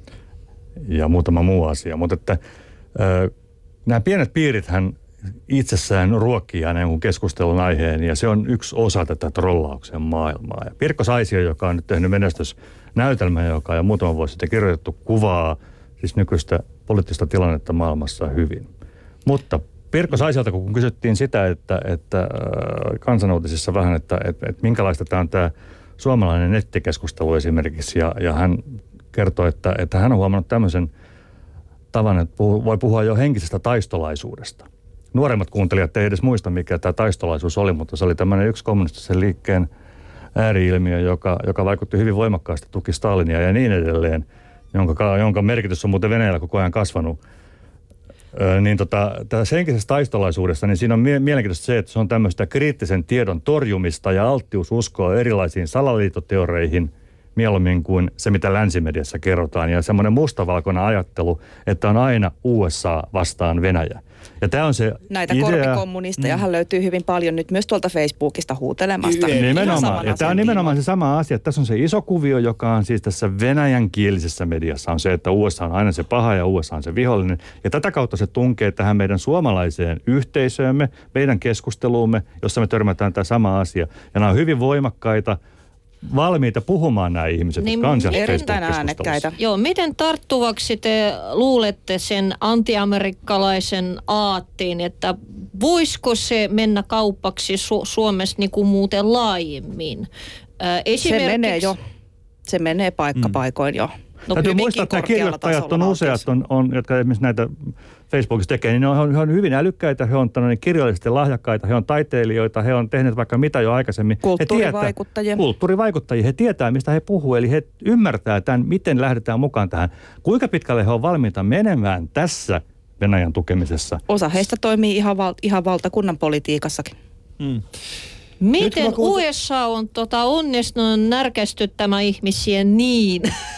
ja muutama muu asia. Mutta että ö, nämä pienet piirithän itsessään ruokkii aina jonkun keskustelun aiheen ja se on yksi osa tätä trollauksen maailmaa. Ja Pirkko Saisio, joka on nyt tehnyt menestysnäytelmän, joka on jo muutama vuosi sitten kirjoitettu, kuvaa siis nykyistä poliittista tilannetta maailmassa hyvin. Mutta Pirkko Saisilta, kun kysyttiin sitä, että, että Kansanuutisissa vähän, että, että, että minkälaista tämä on tämä suomalainen nettikeskustelu esimerkiksi, ja, ja hän kertoi, että, että hän on huomannut tämmöisen tavan, että puhu, voi puhua jo henkisestä taistolaisuudesta. Nuoremmat kuuntelijat ei edes muista, mikä tämä taistolaisuus oli, mutta se oli tämmöinen yksi kommunistisen liikkeen ääri-ilmiö, joka, joka vaikutti hyvin voimakkaasti, tuki Stalinia ja niin edelleen, jonka, jonka merkitys on muuten Venäjällä koko ajan kasvanut. Öö, niin tota, tässä henkisessä taistolaisuudessa, niin siinä on mie- mielenkiintoista se, että se on tämmöistä kriittisen tiedon torjumista ja alttius uskoa erilaisiin salaliittoteoreihin mieluummin kuin se, mitä länsimediassa kerrotaan. Ja semmoinen mustavalkoinen ajattelu, että on aina U S A vastaan Venäjä. Ja tämä on se Näitä idea. korpikommunistejahan mm. löytyy hyvin paljon nyt myös tuolta Facebookista huutelemasta. Nimenomaan. Ja tämä on nimenomaan se sama asia. Tässä on se iso kuvio, joka on siis tässä venäjänkielisessä mediassa, on se, että U S A on aina se paha ja U S A on se vihollinen. Ja tätä kautta se tunkee tähän meidän suomalaiseen yhteisöömme, meidän keskusteluumme, jossa me törmätään tämä sama asia. Ja nämä on hyvin voimakkaita, valmiita puhumaan nämä ihmiset, niin, jotka on siellä erittäin äänekkäitä. Joo, miten tarttuvaksi te luulette sen antiamerikkalaisen aatteen, että voisiko se mennä kaupaksi Su- Suomessa niin kuin muuten laajemmin? Äh, esimerkiksi... Se menee jo. Se menee paikkapaikoin mm. jo. No, täytyy muistaa, että kirjoittajat on useat, on, on, jotka esimerkiksi näitä Facebookissa tekee, niin ne on, he on hyvin älykkäitä, he on kirjallisesti lahjakkaita, he on taiteilijoita, he on tehneet vaikka mitä jo aikaisemmin. Kulttuurivaikuttajia. Kulttuurivaikuttajia. He tietää, mistä he puhuu, eli he ymmärtää tämän, miten lähdetään mukaan tähän. Kuinka pitkälle he on valmiita menemään tässä Venäjän tukemisessa? Osa heistä toimii ihan, val, ihan valtakunnan politiikassakin. Mm. Miten kuult... U S A on tota, onnistunut närkästyttämään ihmisiä niin?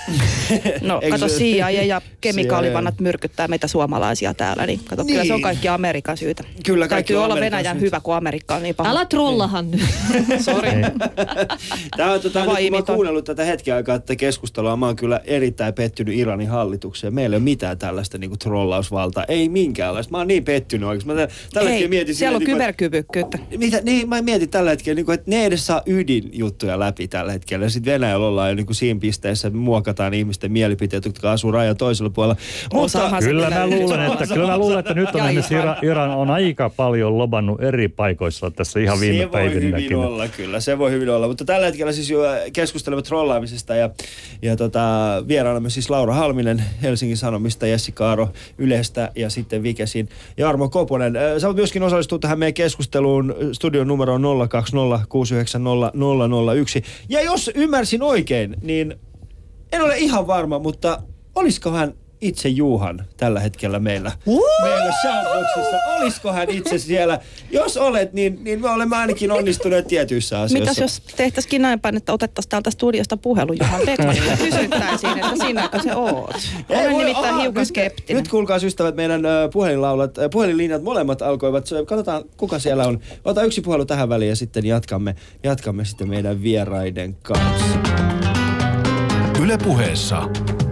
No kato, C I A ja kemikaalivannat myrkyttää meitä suomalaisia täällä, niin kato, niin. Kyllä se on kaikki Amerikan syytä. Kyllä kaikki täytyy on olla Amerikan Venäjän syytä. Hyvä, kun Amerikka on niin paha. Älä trollahan nyt. Sori. Tämä on tota, nyt, kun mä oon kuunnellut tätä hetken aikaa tätä keskustelua, mä oon kyllä erittäin pettynyt Iranin hallitukseen. Meillä ei ole mitään tällaista niin kuin trollausvaltaa, ei minkäänlaista. Mä oon niin pettynyt oikeasti. Mä tällä Hei, mietin siellä on niin kyberkyvykkyyttä. Mitä, niin, mä mietin tällä hetkellä, niin kuin, että ne edes saa ydinjuttuja läpi tällä hetkellä. Ja sitten Venäjällä ollaan jo niin kuin siinä pisteessä, että muokataan ihmisten mielipiteet, jotka asuu rajan toisella puolella. Mutta, kyllä, mä luulen, että, kyllä mä luulen, että nyt on esimerkiksi Iran, Iran on aika paljon lobannut eri paikoissa tässä ihan viime päivinäkin. Se voi hyvin olla, kyllä. Se voi hyvin olla. Mutta tällä hetkellä siis jo keskustelemme trollaamisesta ja, ja tota, vieraanamme siis Laura Halminen Helsingin Sanomista, Jessica Aro Ylestä ja sitten Vikesin ja Armo Koponen. Sä voit myöskin osallistua tähän meidän keskusteluun. Studion numero on nolla kaksi nolla kuusi yhdeksän nolla nolla nolla yksi. Ja jos ymmärsin oikein, niin en ole ihan varma, mutta olisikohan itse Juhan tällä hetkellä meillä, meillä Shoutboxissa. Olisiko hän itse siellä? Jos olet, niin, niin me olemme ainakin onnistuneet tietyissä asioissa. Mitäs jos tehtäisikin näin päin, että otettaisiin täältä studiosta puhelu Juhan Beckmanille ja kysyttäisiin, että sinäkö se oot? Olen nimittäin aha, hiukan nyt, skeptinen. Nyt kuulkaas ystävät, meidän uh, puhelinlaulat, uh, puhelinlinjat molemmat alkoivat. Katsotaan, kuka siellä on. Ota yksi puhelu tähän väliin ja sitten jatkamme, jatkamme sitten meidän vieraiden kanssa. Yle Puheessa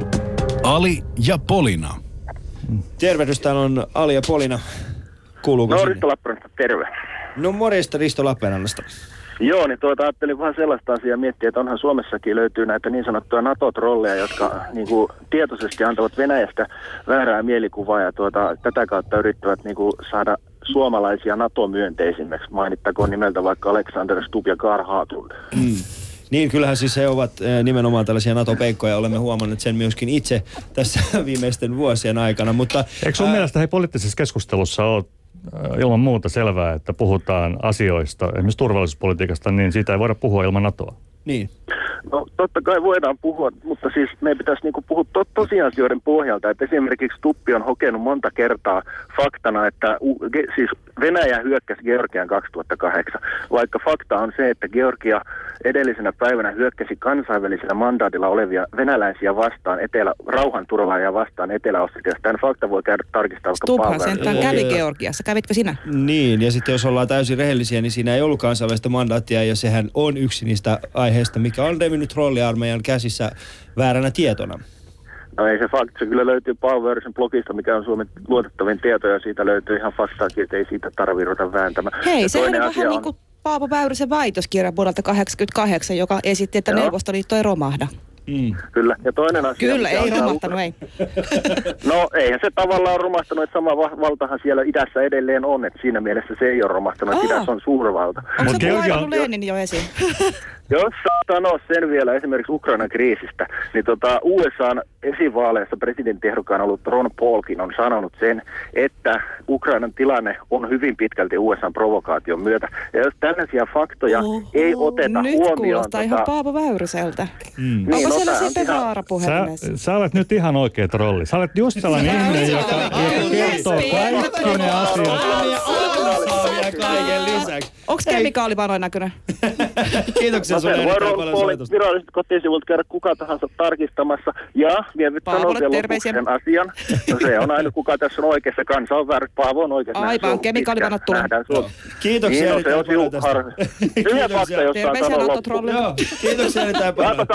Ali ja Polina. Tervehdys, täällä on Ali ja Polina. Kuuluuko No sinne? Risto Lappeenrannasta, terve. No morjesta Risto Lappeenrannasta. Joo, niin tuota, ajattelin vähän sellaista asiaa miettiä, että onhan Suomessakin löytyy näitä niin sanottuja NATO-trolleja, jotka niin kuin, tietoisesti antavat Venäjästä väärää mielikuvaa ja tuota, tätä kautta yrittävät niin kuin, saada suomalaisia NATO-myönteisimmäksi. Mainittakoon nimeltä vaikka Alexander Stubb ja Carl Haglund. Mm. Niin, kyllähän siis he ovat nimenomaan tällaisia NATO-peikkoja. Olemme huomanneet sen myöskin itse tässä viimeisten vuosien aikana. Mutta, eikö sun ää... mielestä hei, poliittisessa keskustelussa ole ilman muuta selvää, että puhutaan asioista, esimerkiksi turvallisuuspolitiikasta, niin siitä ei voida puhua ilman NATOa? Niin. No totta kai voidaan puhua, mutta siis meidän pitäisi niinku puhua to- tosiasioiden pohjalta, että esimerkiksi Stuppi on hokenut monta kertaa faktana, että u- ge- siis Venäjä hyökkäsi Georgian kaksituhattakahdeksan, vaikka fakta on se, että Georgia edellisenä päivänä hyökkäsi kansainvälisellä mandaatilla olevia venäläisiä vastaan, etelä, rauhanturvaajia vastaan Etelä-Ossetiassa. Tämän fakta voi käydä tarkistaa vaikka Stubhan sentään kävi Georgiassa. Kävitkö sinä? Niin, ja sitten jos ollaan täysin rehellisiä, niin siinä ei ollut kansainvälistä mandaattia, ja sehän on yksi niistä aiheista, mikä on revinnyt trolliarmeijan käsissä vääränä tietona. No ei se fakta, se kyllä löytyy Paavo Väyrysen blogista, mikä on Suomen luotettavin tieto, ja siitä löytyy ihan faktaakin, että ei siitä tarvitse ruveta vääntämään. Hei, sehän on vähän on... niin kuin Paavo Väyrysen väitöskirja vuodelta kahdeksankymmentäkahdeksan, joka esitti, että Joo. Neuvostoliitto ei romahda. Mm. Kyllä, ja toinen asia... Kyllä, ei romahtanut, Ukra... ei. No eihän se tavallaan romahtanut, että sama valtahan siellä idässä edelleen on, että siinä mielessä se ei ole romahtanut, että idässä on suurvalta. Onko se Georgia... laittanut Lenin jo esiin? Jos saa sanoa sen vielä esimerkiksi Ukrainan kriisistä, niin tota U S A:n esivaaleissa presidenttiehdokkaan ollut Ron Paulkin on sanonut sen, että Ukrainan tilanne on hyvin pitkälti U S A:n provokaation myötä. Ja jos tällaisia faktoja Oho, ei oteta nyt huomioon... kuulostaa tota... ihan Paavo Väyryseltä. Mm. Onko niin, siellä no, sitten ihan... vaara puhelimessa? Sä, sä olet nyt ihan oikea trolli. Sä olet just sellainen ihminen, joka, joka kertoo kaikki ne asiat. Kaiken lisäksi. Onko kemikaalivanoin näköinen? Kiitoksia No sulle sen voi erittäin paljon soitosta. viralliset kotisivulta käydä kuka tahansa tarkistamassa. Ja vielä nyt sanon vielä lopuksi sen asian. No se on aina kuka tässä on oikeassa. Kansa on väärässä. Paavo on oikeassa. Aivan, kemikaalivanot tulee. Kiitoksia niin, erittäin paljon tästä. Yhden fakta, jos saa sanoa loppuun. Joo, kiitoksia erittäin paljon.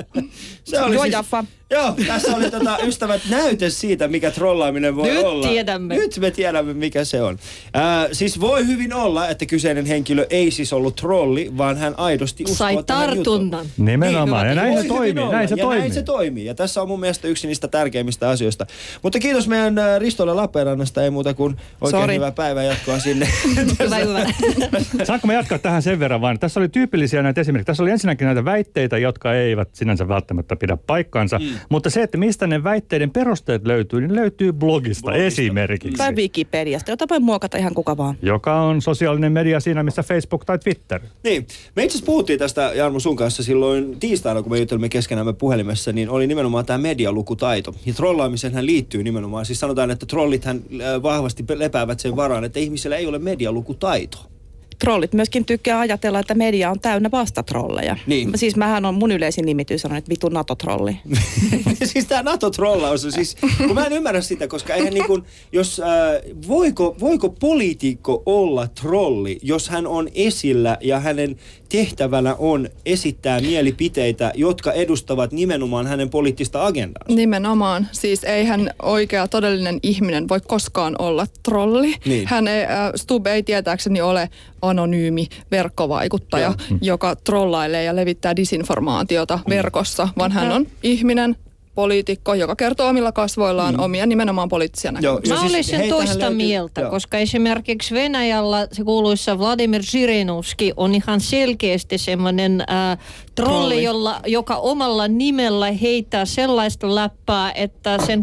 Se oli Joo, siis, Jaffa. Joo, tässä oli tota, ystävät näyte siitä, mikä trollaaminen voi Nyt olla. tiedämme. Nyt me tiedämme, mikä se on. Ää, siis voi hyvin olla, että kyseinen henkilö ei siis ollut trolli, vaan hän aidosti uskoo Sai tähän tartunnan. juttuun. Nimenomaan, ja näin voi se hyvin toimii, olla, näin se ja toimii. näin se toimii. Ja tässä on mun mielestä yksi niistä tärkeimmistä asioista. Mutta kiitos meidän ää, Ristolle Lappeenrannasta, ei muuta kuin oikein Sorry. hyvää päivää jatkoa sinne. Hyvä, hyvä. Saanko mä jatkaa tähän sen verran vaan? Tässä oli tyypillisiä näitä esimerkkejä. Tässä oli ensinnäkin näitä väitteitä, jotka eivät sinänsä välttämättä pidä paikkaansa. Mm. Mutta se, että mistä ne väitteiden perusteet löytyy, niin löytyy blogista, blogista. esimerkiksi. Tai Wikipediasta, jota voi muokata ihan kuka vaan. Joka on sosiaalinen media siinä, missä Facebook tai Twitter. Niin. Me itse asiassa puhuttiin tästä Jarmo sun kanssa silloin tiistaina, kun me juttelimme keskenämme puhelimessa, niin oli nimenomaan tämä medialukutaito. Ja trollaamiseenhän liittyy nimenomaan. Siis sanotaan, että trollithän vahvasti lepäävät sen varaan, että ihmisillä ei ole medialukutaito. Trollit myöskin tykkää ajatella, että media on täynnä vastatrolleja. Niin. Siis mähän on mun yleisin nimitys on, että vitun NATO-trolli. Siis tämä NATO-trollaus on siis, kun mä en ymmärrä sitä, koska eihän niin kuin, jos, äh, voiko, voiko poliitikko olla trolli, jos hän on esillä ja hänen tehtävänä on esittää mielipiteitä, jotka edustavat nimenomaan hänen poliittista agendaansa? Nimenomaan. Siis eihän oikea todellinen ihminen voi koskaan olla trolli. Niin. Hän ei, äh, Stubb ei tietääkseni ole anonyymi verkkovaikuttaja, Joo. joka trollailee ja levittää disinformaatiota mm. verkossa, vaan hän on ihminen, poliitikko, joka kertoo omilla kasvoillaan mm. omia nimenomaan poliittisia näkemyksiä. Mä siis olisin toista löytyy, mieltä, joo. koska esimerkiksi Venäjällä se kuuluisa Vladimir Zhirinovski on ihan selkeästi semmoinen äh, trolli, jolla, joka omalla nimellä heittää sellaista läppää, että sen,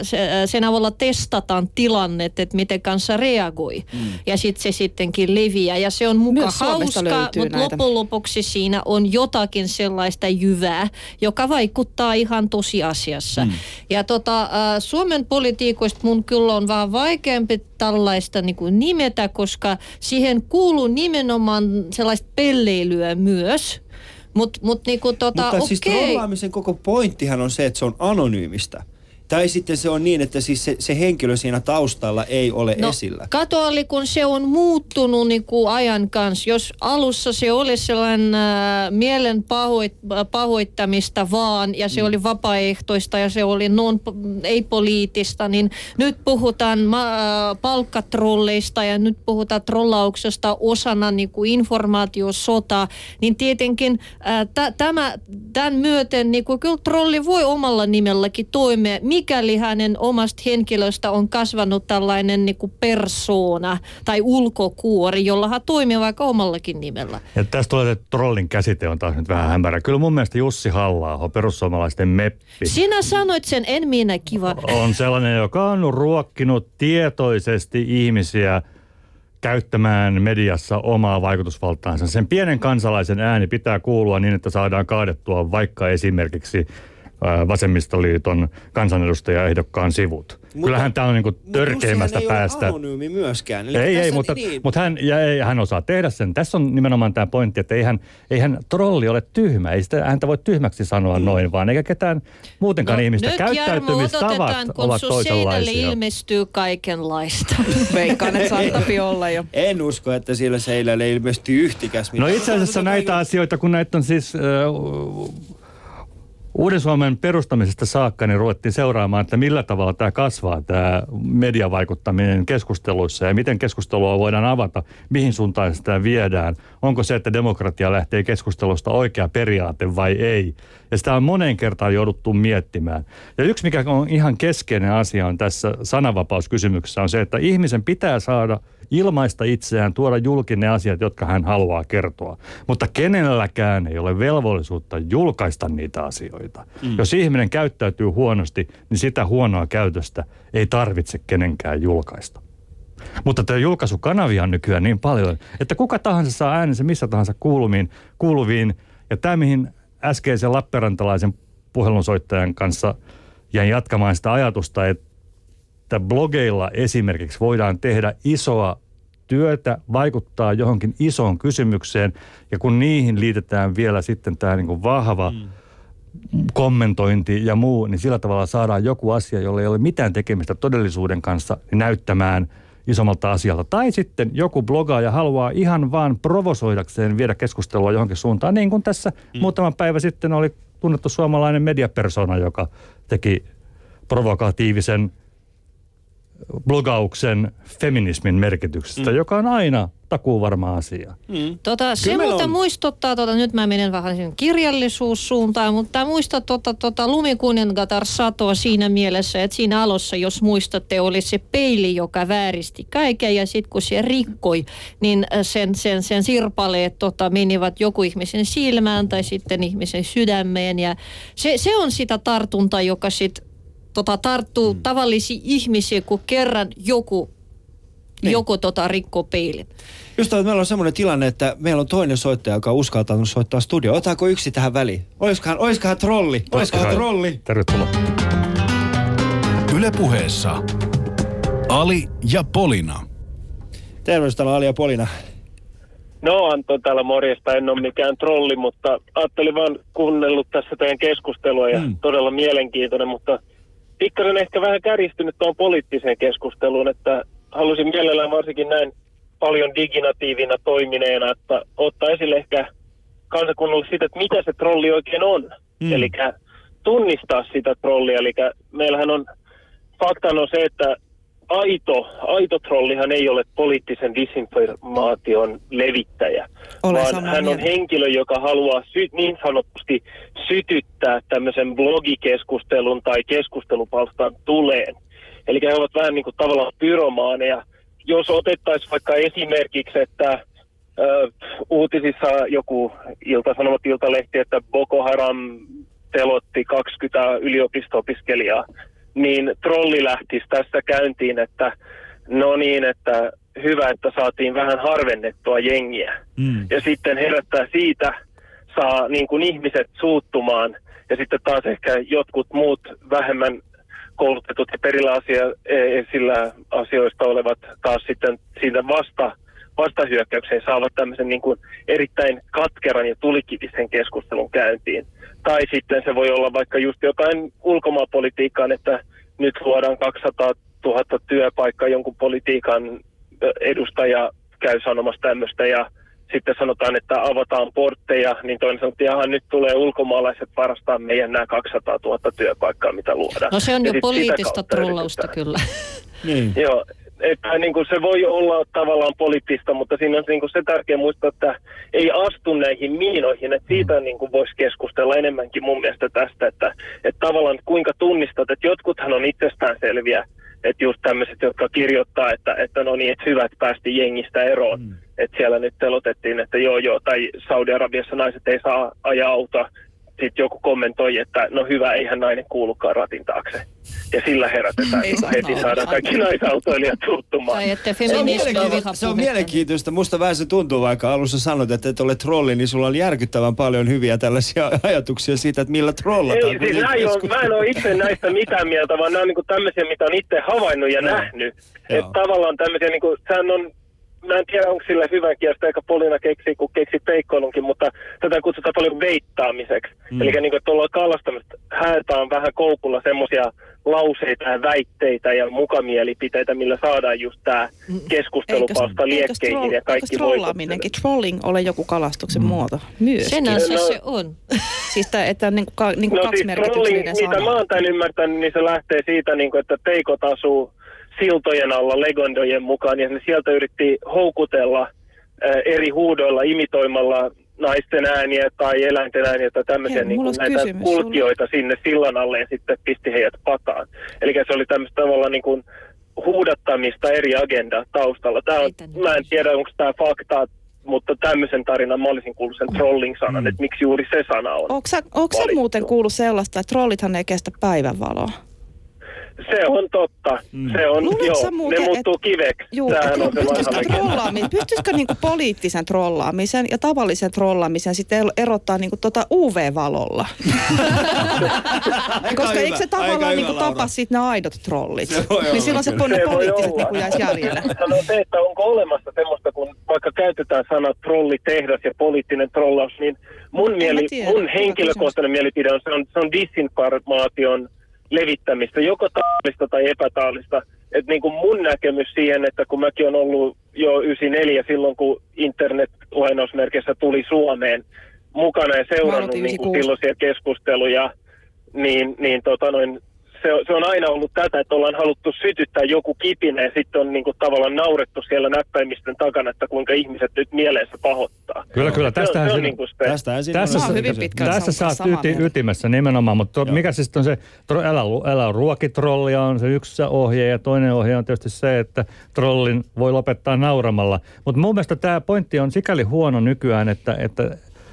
sen avulla testataan tilannet, että miten kanssa reagoi. Mm. Ja sitten se sittenkin leviää. Ja se on muka hauska, mutta lopun lopuksi siinä on jotakin sellaista jyvää, joka vaikuttaa ihan tosiasiassa. Mm. Ja tota, äh, Suomen politiikoista mun kyllä on vaan vaikeampi tällaista niin kuin nimetä, koska siihen kuuluu nimenomaan sellaista pelleilyä myös. Mut, mut niinku tota, Mutta siis okei. trollaamisen koko pointtihan on se, että se on anonyymistä. Tai sitten se on niin, että siis se, se henkilö siinä taustalla ei ole no, esillä. Kato, oli kun se on muuttunut niin kuin ajan kanssa. Jos alussa se oli sellainen äh, mielen pahoit, pahoittamista vaan, ja se mm. oli vapaaehtoista ja se oli non, ei-poliittista, niin nyt puhutaan ma- palkkatrolleista ja nyt puhutaan trollauksesta osana niin kuin informaatiosotaa. Niin tietenkin äh, t- tämä, tämän myöten niin kuin kyllä trolli voi omalla nimelläkin toimia, mikäli hänen omasta henkilöstä on kasvanut tällainen niin kuin persoona tai ulkokuori, jolla hän toimii vaikka omallakin nimellä. Ja tästä tulee, että trollin käsite on taas nyt vähän hämärä. Kyllä mun mielestä Jussi Halla-aho, perussuomalaisten meppi. Sinä sanoit sen, en minä, kiva. On sellainen, joka on ruokkinut tietoisesti ihmisiä käyttämään mediassa omaa vaikutusvaltaansa. Sen pienen kansalaisen ääni pitää kuulua niin, että saadaan kaadettua vaikka esimerkiksi Vasemmistoliiton kansanedustajaehdokkaan sivut. Mutta, kyllähän tämä on niinku törkeimmästä päästä. Mutta ei ole anonyymi myöskään. Eli ei, ei, mutta, niin. mutta hän, ja ei, hän osaa tehdä sen. Tässä on nimenomaan tämä pointti, että eihän, eihän trolli ole tyhmä. Ei sitä, häntä voi tyhmäksi sanoa mm. noin, vaan eikä ketään muutenkaan no, ihmistä. Käyttäytymistavat Jarmo, ovat toisenlaisia. Kun ilmestyy kaikenlaista. Veikkaan, että saattapi olla jo. En usko, että siellä seinällä ilmestyy yhtikäs. No itse asiassa näitä asioita, kun näitä on siis... Äh, Uuden Suomen perustamisesta saakka niin ruvettiin seuraamaan, että millä tavalla tämä kasvaa, tämä mediavaikuttaminen keskusteluissa ja miten keskustelua voidaan avata, mihin suuntaan sitä viedään. Onko se, että demokratia lähtee keskustelusta oikea periaate vai ei? Ja sitä on moneen kertaan jouduttu miettimään. Ja yksi, mikä on ihan keskeinen asia on tässä sananvapauskysymyksessä, on se, että ihmisen pitää saada ilmaista itseään, tuoda julki ne asiat, jotka hän haluaa kertoa. Mutta kenelläkään ei ole velvollisuutta julkaista niitä asioita. Mm. Jos ihminen käyttäytyy huonosti, niin sitä huonoa käytöstä ei tarvitse kenenkään julkaista. Mutta tämä julkaisukanavia on nykyään niin paljon, että kuka tahansa saa äänensä missä tahansa kuuluviin, kuuluviin. Ja tämä, mihin äskeisen lappeenrantalaisen puhelunsoittajan kanssa jäin jatkamaan sitä ajatusta, että että blogeilla esimerkiksi voidaan tehdä isoa työtä, vaikuttaa johonkin isoon kysymykseen, ja kun niihin liitetään vielä sitten tämä niin kuin vahva mm. kommentointi ja muu, niin sillä tavalla saadaan joku asia, jolla ei ole mitään tekemistä todellisuuden kanssa, niin näyttämään isommalta asialta. Tai sitten joku blogaaja haluaa ihan vaan provosoidakseen viedä keskustelua johonkin suuntaan, niin kuin tässä mm. muutama päivä sitten oli tunnettu suomalainen mediapersona, joka teki provokatiivisen blogauksen feminismin merkityksestä, mm. joka on aina takuuvarma asia. Mm. Tota, se mutta on... muistuttaa, tota, nyt mä menen vähän kirjallisuussuuntaan, mutta muistaa tota, tota, Lumikuningatar satoa siinä mielessä, että siinä alussa, jos muistatte, oli se peili, joka vääristi kaiken, ja sitten kun se rikkoi, niin sen, sen, sen sirpaleet tota, menivät joku ihmisen silmään tai sitten ihmisen sydämeen, ja se, se on sitä tartuntaa, joka sitten Tota, tarttuu mm. tavallisia ihmisiä, kun kerran joku, niin. joku tota, rikkoo peilin. Just että meillä on semmoinen tilanne, että meillä on toinen soittaja, joka on uskaltanut soittaa studioon. Otaako yksi tähän väliin? Olisikohan, olisikohan trolli? Olisikohan trolli? Tervetuloa. Yle Puheessa Ali ja Polina. Terveys, täällä Ali ja Polina. No Anton täällä morjesta, en ole mikään trolli, mutta ajattelin vaan kuunnellut tässä teidän keskustelua ja mm. todella mielenkiintoinen, mutta pikkasen ehkä vähän kärjistynyt tuon poliittiseen keskusteluun, että halusin mielellään varsinkin näin paljon diginatiivina toimineena, että ottaa esille ehkä kansakunnalle sitä, että mitä se trolli oikein on. Mm. Eli tunnistaa sitä trollia, eli meillähän on, faktana on se, että Aito, aito trollihan ei ole poliittisen disinformaation levittäjä, Olen vaan hän on henkilö, joka haluaa sy- niin sanotusti sytyttää tämmöisen blogikeskustelun tai keskustelupalstan tuleen. Eli he ovat vähän niin kuin tavallaan pyromaaneja. Jos otettaisiin vaikka esimerkiksi, että ö, uutisissa joku Ilta-Sanomat, Iltalehti, että Boko Haram telotti kaksikymmentä yliopisto-opiskelijaa, niin trolli lähtisi tässä käyntiin, että no niin, että hyvä, että saatiin vähän harvennettua jengiä. Mm. Ja sitten herättää siitä, saa niin kuin ihmiset suuttumaan, ja sitten taas ehkä jotkut muut vähemmän koulutetut ja perillä asia, sillä asioista olevat taas sitten siitä vasta, vastahyökkäykseen saavat tämmöisen niin kuin erittäin katkeran ja tulikivisen keskustelun käyntiin. Tai sitten se voi olla vaikka just jotain ulkomaanpolitiikkaan, että nyt luodaan kaksisataatuhatta työpaikkaa, jonkun politiikan edustaja käy sanomassa tämmöistä ja sitten sanotaan, että avataan portteja, niin toinen sanoo, että nyt tulee ulkomaalaiset varastaa meidän nämä kaksisataatuhatta työpaikkaa, mitä luodaan. No se on ja jo poliittista trollausta kyllä. Niin. Joo, että niin kuin se voi olla tavallaan poliittista, mutta siinä on niin kuin se tärkeä muistaa, että ei astu näihin miinoihin, että siitä niin kuin voisi keskustella enemmänkin mun mielestä tästä, että, että tavallaan kuinka tunnistat, että jotkuthan on itsestäänselviä, että just tämmöiset, jotka kirjoittaa, että, että no niin, että hyvä, että päästiin jengistä eroon. Mm. Että siellä nyt telotettiin, että joo joo, tai Saudi-Arabiassa naiset ei saa ajaa autoa. Sitten joku kommentoi, että no hyvä, eihän nainen kuulukaan ratin taakse. Ja sillä herätetään, kun heti saadaan kaikki naisautoilijat suuttumaan. Tai että se, on mielenkiintoista, se on mielenkiintoista. Musta vähän se tuntuu, vaikka alussa sanoit, että et ole trolli, niin sulla on järkyttävän paljon hyviä tällaisia ajatuksia siitä, että millä trollataan. Ei, siis näin on, mä en ole itse näistä mitään mieltä, vaan nämä on niinku tämmöisiä, mitä on itse havainnut ja no. nähnyt. Että tavallaan tämmöisiä, niinku, sehän on, mä en tiedä, onko sillä hyvän kielestä, eikä Polina keksi, kun keksi peikkoilunkin, mutta tätä kutsutaan paljon veittaamiseksi. Mm. Eli niin kuin, että ollaan kalastamista, haetaan vähän koukulla semmoisia lauseita ja väitteitä ja mukamielipiteitä, millä saadaan just tämä keskustelupalsta liekkeihin troll, ja kaikki voitokset. Eikö trollaaminenkin, trolling ole joku kalastuksen mm. muoto myös? Senhän se, no, se on. Siis että, että niin kuin, ka, niin kuin no, kaksimerkityksellinen siis mitä mä oon tämän ymmärtänyt, niin se lähtee siitä, niin kuin, että peikot asuu siltojen alla legendojen mukaan, ja ne sieltä yritti houkutella ää, eri huudoilla, imitoimalla naisten ääniä tai eläinten ääniä tai tämmöisiä niin kuin näitä kysymys, kulkijoita sulle. Sinne sillan alle ja sitten pisti heidät pataan. Eli se oli tämmöistä tavalla niin kuin huudattamista eri agendaa taustalla. Tää on, mä en tiedä, onko tämä faktaa, mutta tämmöisen tarinan mä olisin kuullut sen trolling-sanan, mm. että miksi juuri se sana on. Onko sä, onko sä muuten kuullut sellaista, että trollithan ei kestä päivänvaloa? Se on totta. Mm. Se on, joo, muuten, ne muuttuu et, kiveksi. Juu, et, on pystyisikö, trollaami, pystyisikö niinku poliittisen trollaamisen ja tavallisen trollaamisen sitten erottaa niinku tota U V-valolla? Koska eikö se tavallaan niinku tapa sitten ne aidot trollit? Joo, joo, niin silloin se, ne poliittiset niinku jäisi jäljelle. Sano se, että onko olemassa semmoista, kun vaikka käytetään sanat trollitehdas ja poliittinen trollaus, niin mun, mieli, tiedä, mun henkilökohtainen mielipide on, se on, se on disinformaation levittämistä, joko taallista tai epätaallista. Että niin kuin mun näkemys siihen, että kun mäkin on ollut jo yhdeksänkymmentäneljä silloin, kun internet lainausmerkissä tuli Suomeen mukana ja seurannut niin kuin silloisia keskusteluja, niin, niin tota noin, se, se on aina ollut tätä, että ollaan haluttu sytyttää joku kipinä ja sitten on niin kuin tavallaan naurettu siellä näppäimisten takana, että kuinka ihmiset nyt mieleensä pahoittaa. Kyllä, kyllä. Tästä on, on niin kuin tässä, tässä, tässä sä oot yti, ytimessä nimenomaan, mutta to, mikä siis on se, älä, älä ruokitrollia on se yksi ohje ja toinen ohje on tietysti se, että trollin voi lopettaa nauramalla. Mutta mun mielestä tämä pointti on sikäli huono nykyään, että, että,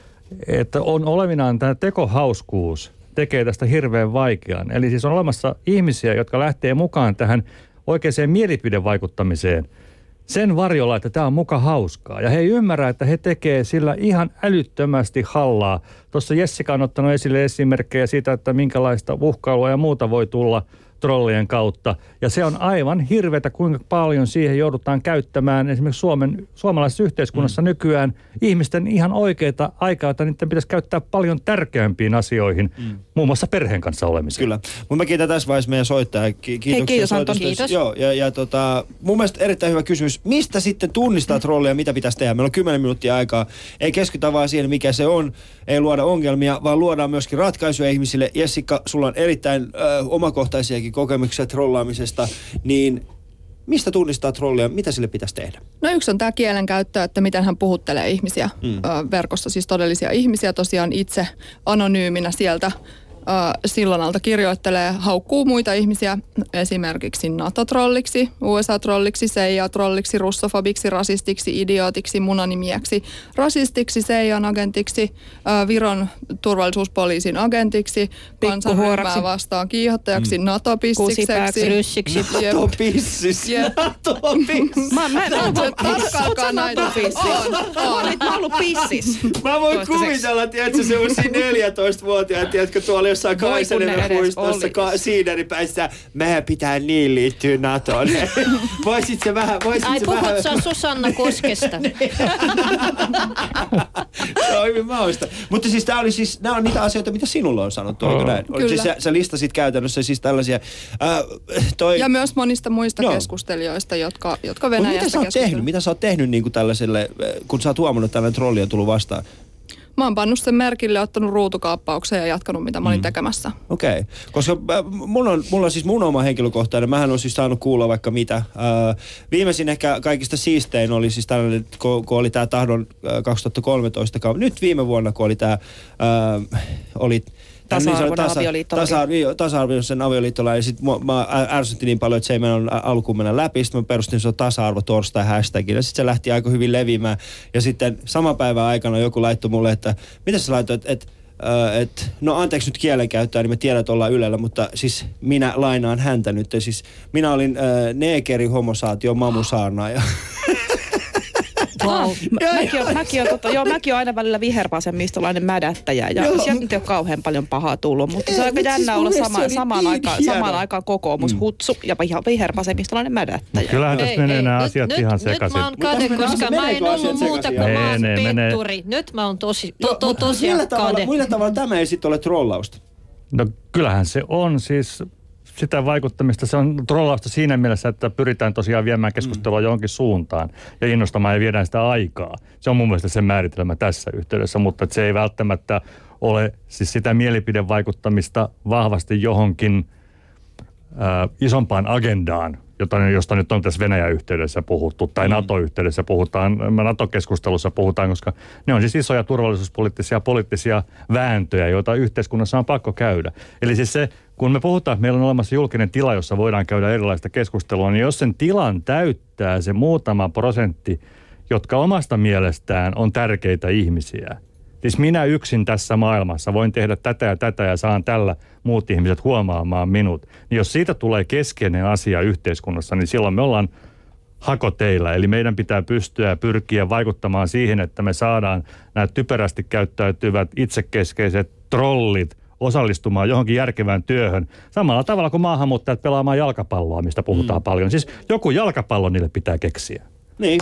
että on olevinaan tämä tekohauskuus tekee tästä hirveän vaikean. Eli siis on olemassa ihmisiä, jotka lähtee mukaan tähän oikeaan mielipidevaikuttamiseen sen varjolla, että tämä on muka hauskaa. Ja he ei ymmärrä, että he tekee sillä ihan älyttömästi hallaa. Tuossa Jessica on ottanut esille esimerkkejä siitä, että minkälaista uhkailua ja muuta voi tulla trollien kautta. Ja se on aivan hirveätä, kuinka paljon siihen joudutaan käyttämään esimerkiksi Suomen, suomalaisessa yhteiskunnassa mm. nykyään ihmisten ihan oikeita aikaa, että niiden pitäisi käyttää paljon tärkeämpiin asioihin, mm. muun muassa perheen kanssa olemiseen. Kyllä. Mun mä kiitän tässä vaiheessa meidän soittajaa. Ki- Hei, kiitos Anton. Kiitos. Joo, ja, ja tota, mun mielestä erittäin hyvä kysymys. Mistä sitten tunnistaa trollia, mitä pitäisi tehdä? Meillä on kymmenen minuuttia aikaa. Ei keskitytä vaan siihen, mikä se on. Ei luoda ongelmia, vaan luodaan myöskin ratkaisuja ihmisille. Jessica, sulla on erittäin ö, omakohtaisiakin kokemuksia trollaamisesta, niin mistä tunnistaa trollia? Mitä sille pitäisi tehdä? No yksi on tämä kielenkäyttö, että miten hän puhuttelee ihmisiä mm. ö, verkossa, siis todellisia ihmisiä tosiaan itse anonyyminä sieltä sillanalta kirjoittelee, haukkuu muita ihmisiä esimerkiksi NATO-trolliksi, U S A-trolliksi, C I A-trolliksi, russofobiksi, rasistiksi, idiootiksi, munanimieksi, rasistiksi, C I A-agentiksi, Viron turvallisuuspoliisin agentiksi, kansanryhmää vastaan kiihottajaksi, mm. NATO-pissikseksi. Ryssiksi. NATO-pissis. NATO-pissis. Mä, mä, mä, mä, tarkkaakaan näitä. Mä oon ollut pissis. Mä voin kuvitella, tiedätkö, semmosia neljätoistavuotiaat, tiedätkö, tuolla jossain Kaisaniemen puistossa ka- Siideripäissä. Mehän pitää niin liittyä NATOon. Voisit se vähän, voisit Ai, se vähän. puhut sä Susanna Koskesta. Se on hyvin mausta. Mutta siis tää oli siis, nää on niitä asioita, mitä sinulla on sanottu, oliko näin? Kyllä. Siis sä, sä listasit käytännössä siis tällaisia, ää, toi... Ja myös monista muista Joo. keskustelijoista, jotka, jotka Venäjästä mitä sä oot tehnyt? Mitä sä oot tehnyt niin kuin tällaiselle, kun sä oot huomannut, että tällainen trolli on tullut vastaan? Mä oon pannut sen merkille, ottanut ruutukaappauksen ja jatkanut, mitä mä olin mm. tekemässä. Okei, okay. Koska äh, mulla, on, mulla on siis mun oma henkilökohtainen, mähän on siis saanut kuulla vaikka mitä. Äh, viimeisin ehkä kaikista siistein oli siis tällainen, kun, kun oli tää Tahdon äh, kaksituhattakolmetoista, nyt viime vuonna, kun oli tää, äh, oli... Tasa-arvoinen tasa, avioliitto. Tasa-arvo, tasa-arvoisen avioliittolain. Ja sit mua, mä ärsytti niin paljon, että se ei mennä alkuun mennä läpi. Sitten mä perustin se tasa-arvo torstai hashtagin. Ja sitten se lähti aika hyvin leviämään. Ja sitten saman päivän aikana joku laittoi mulle, että mitä sä laitoit, että et, et, no anteeksi nyt kielenkäyttöä, niin me tiedän, että ollaan Ylellä, mutta siis minä lainaan häntä nyt. Ja siis minä olin äh, neekeri, homosaatio, mamusaarnaaja. Wow. Mä, mäkin, on, mäkin, on, tota, joo, mäkin on aina välillä vihervasemmistolainen mädättäjä ja sieltä nyt ei ole kauhean paljon pahaa tullut, mutta se on aika jännä siis olla sama, samaan, aikaan, samaan aikaan kokoomus, mm. hutsu ja vihervasemmistolainen mädättäjä. Kyllähän tässä menee nämä asiat nyt, ihan nyt, sekaisin. Nyt mä oon kade, koska mä en ollut muuta kuin mä oon petturi. Nyt mä oon tosi, to, to, tosiaan kade. Millä tavalla tämä ei sitten ole trollausta? No kyllähän se on siis... Sitä vaikuttamista, se on trollausta siinä mielessä, että pyritään tosiaan viemään keskustelua mm. johonkin suuntaan ja innostamaan ja viedään sitä aikaa. Se on mun mielestä se määritelmä tässä yhteydessä, mutta se ei välttämättä ole siis sitä mielipidevaikuttamista vahvasti johonkin äh, isompaan agendaan, jota, josta nyt on tässä Venäjä-yhteydessä puhuttu tai mm. NATO-yhteydessä puhutaan, NATO-keskustelussa puhutaan, koska ne on siis isoja turvallisuuspoliittisia poliittisia vääntöjä, joita yhteiskunnassa on pakko käydä. Eli siis se, kun me puhutaan, että meillä on olemassa julkinen tila, jossa voidaan käydä erilaista keskustelua, niin jos sen tilan täyttää se muutama prosentti, jotka omasta mielestään on tärkeitä ihmisiä, siis minä yksin tässä maailmassa voin tehdä tätä ja tätä ja saan tällä muut ihmiset huomaamaan minut. Niin jos siitä tulee keskeinen asia yhteiskunnassa, niin silloin me ollaan hakoteillä. Eli meidän pitää pystyä ja pyrkiä vaikuttamaan siihen, että me saadaan nämä typerästi käyttäytyvät itsekeskeiset trollit osallistumaan johonkin järkevään työhön. Samalla tavalla kuin maahanmuuttajat pelaamaan jalkapalloa, mistä puhutaan mm. paljon. Siis joku jalkapallo niille pitää keksiä. Niin.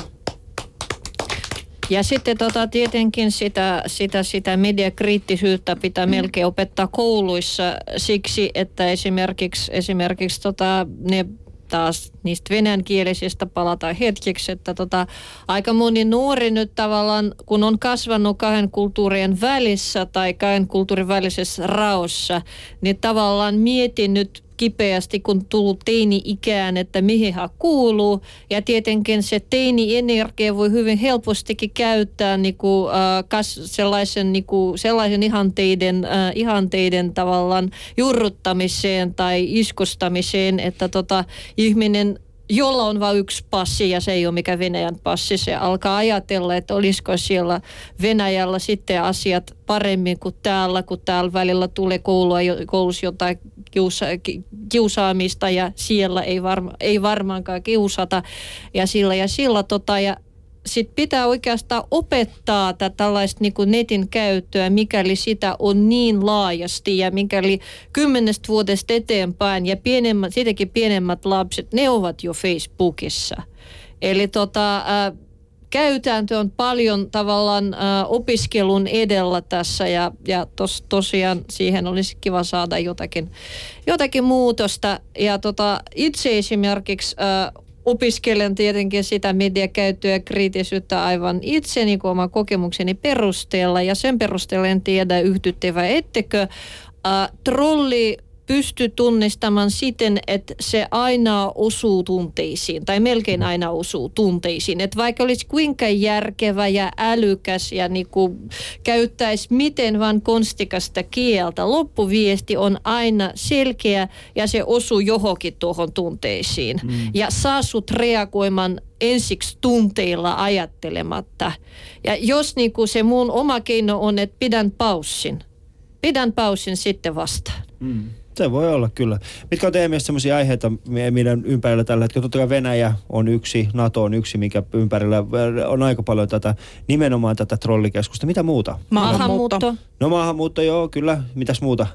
Ja sitten tota, tietenkin sitä, sitä, sitä mediakriittisyyttä pitää melkein opettaa kouluissa siksi, että esimerkiksi, esimerkiksi tota, ne taas niistä venäjänkielisistä palataan hetkeksi, että tota, aika moni nuori nyt tavallaan, kun on kasvanut kahden kulttuurien välissä tai kahden kulttuurin välisessä raossa, niin tavallaan mietin nyt kipeästi, kun tullut teini-ikään, että mihin hän kuuluu. Ja tietenkin se teini-energia voi hyvin helpostikin käyttää niinku, äh, kas, sellaisen, niinku, sellaisen ihanteiden, äh, ihanteiden tavallaan juurruttamiseen tai iskustamiseen, että tota, ihminen, jolla on vain yksi passi ja se ei ole mikä Venäjän passi, se alkaa ajatella, että olisiko siellä Venäjällä sitten asiat paremmin kuin täällä, kun täällä välillä tulee koulua, koulussa jotain kiusa, kiusaamista ja siellä ei, varma, ei varmaankaan kiusata ja sillä ja sillä tota ja sitten pitää oikeastaan opettaa tätä tällaista niin kuin netin käyttöä, mikäli sitä on niin laajasti ja mikäli kymmenestä vuodesta eteenpäin ja pienemmät, sitäkin pienemmät lapset, ne ovat jo Facebookissa. Eli tota, äh, käytäntö on paljon tavallaan äh, opiskelun edellä tässä ja, ja tos, tosiaan siihen olisi kiva saada jotakin, jotakin muutosta. Ja tota, itse esimerkiksi äh, opiskelen tietenkin sitä mediakäyttöä ja kriittisyyttä aivan itse niin kuin oman kokemukseni perusteella ja sen perusteella en tiedä yhtytte vai ettekö. Äh, trolli pystyy tunnistamaan siten, että se aina osuu tunteisiin, tai melkein aina osuu tunteisiin. Että vaikka olisi kuinka järkevä ja älykäs ja niinku käyttäisi miten vaan konstikasta kieltä, loppuviesti on aina selkeä ja se osuu johonkin tuohon tunteisiin. Mm. Ja saa sut reagoimaan ensiksi tunteilla ajattelematta. Ja jos niinku se mun oma keino on, että pidän paussin, pidän paussin sitten vastaan. Mm. Se voi olla kyllä. Mitkä on teidän mielestä sellaisia aiheita, meidän ympärillä tällä hetkellä? Totta kai Venäjä on yksi, NATO on yksi, mikä ympärillä on aika paljon tätä, nimenomaan tätä trollikeskusta. Mitä muuta? Maahanmuutto. No maahanmuutto, joo, kyllä. Mitäs muuta?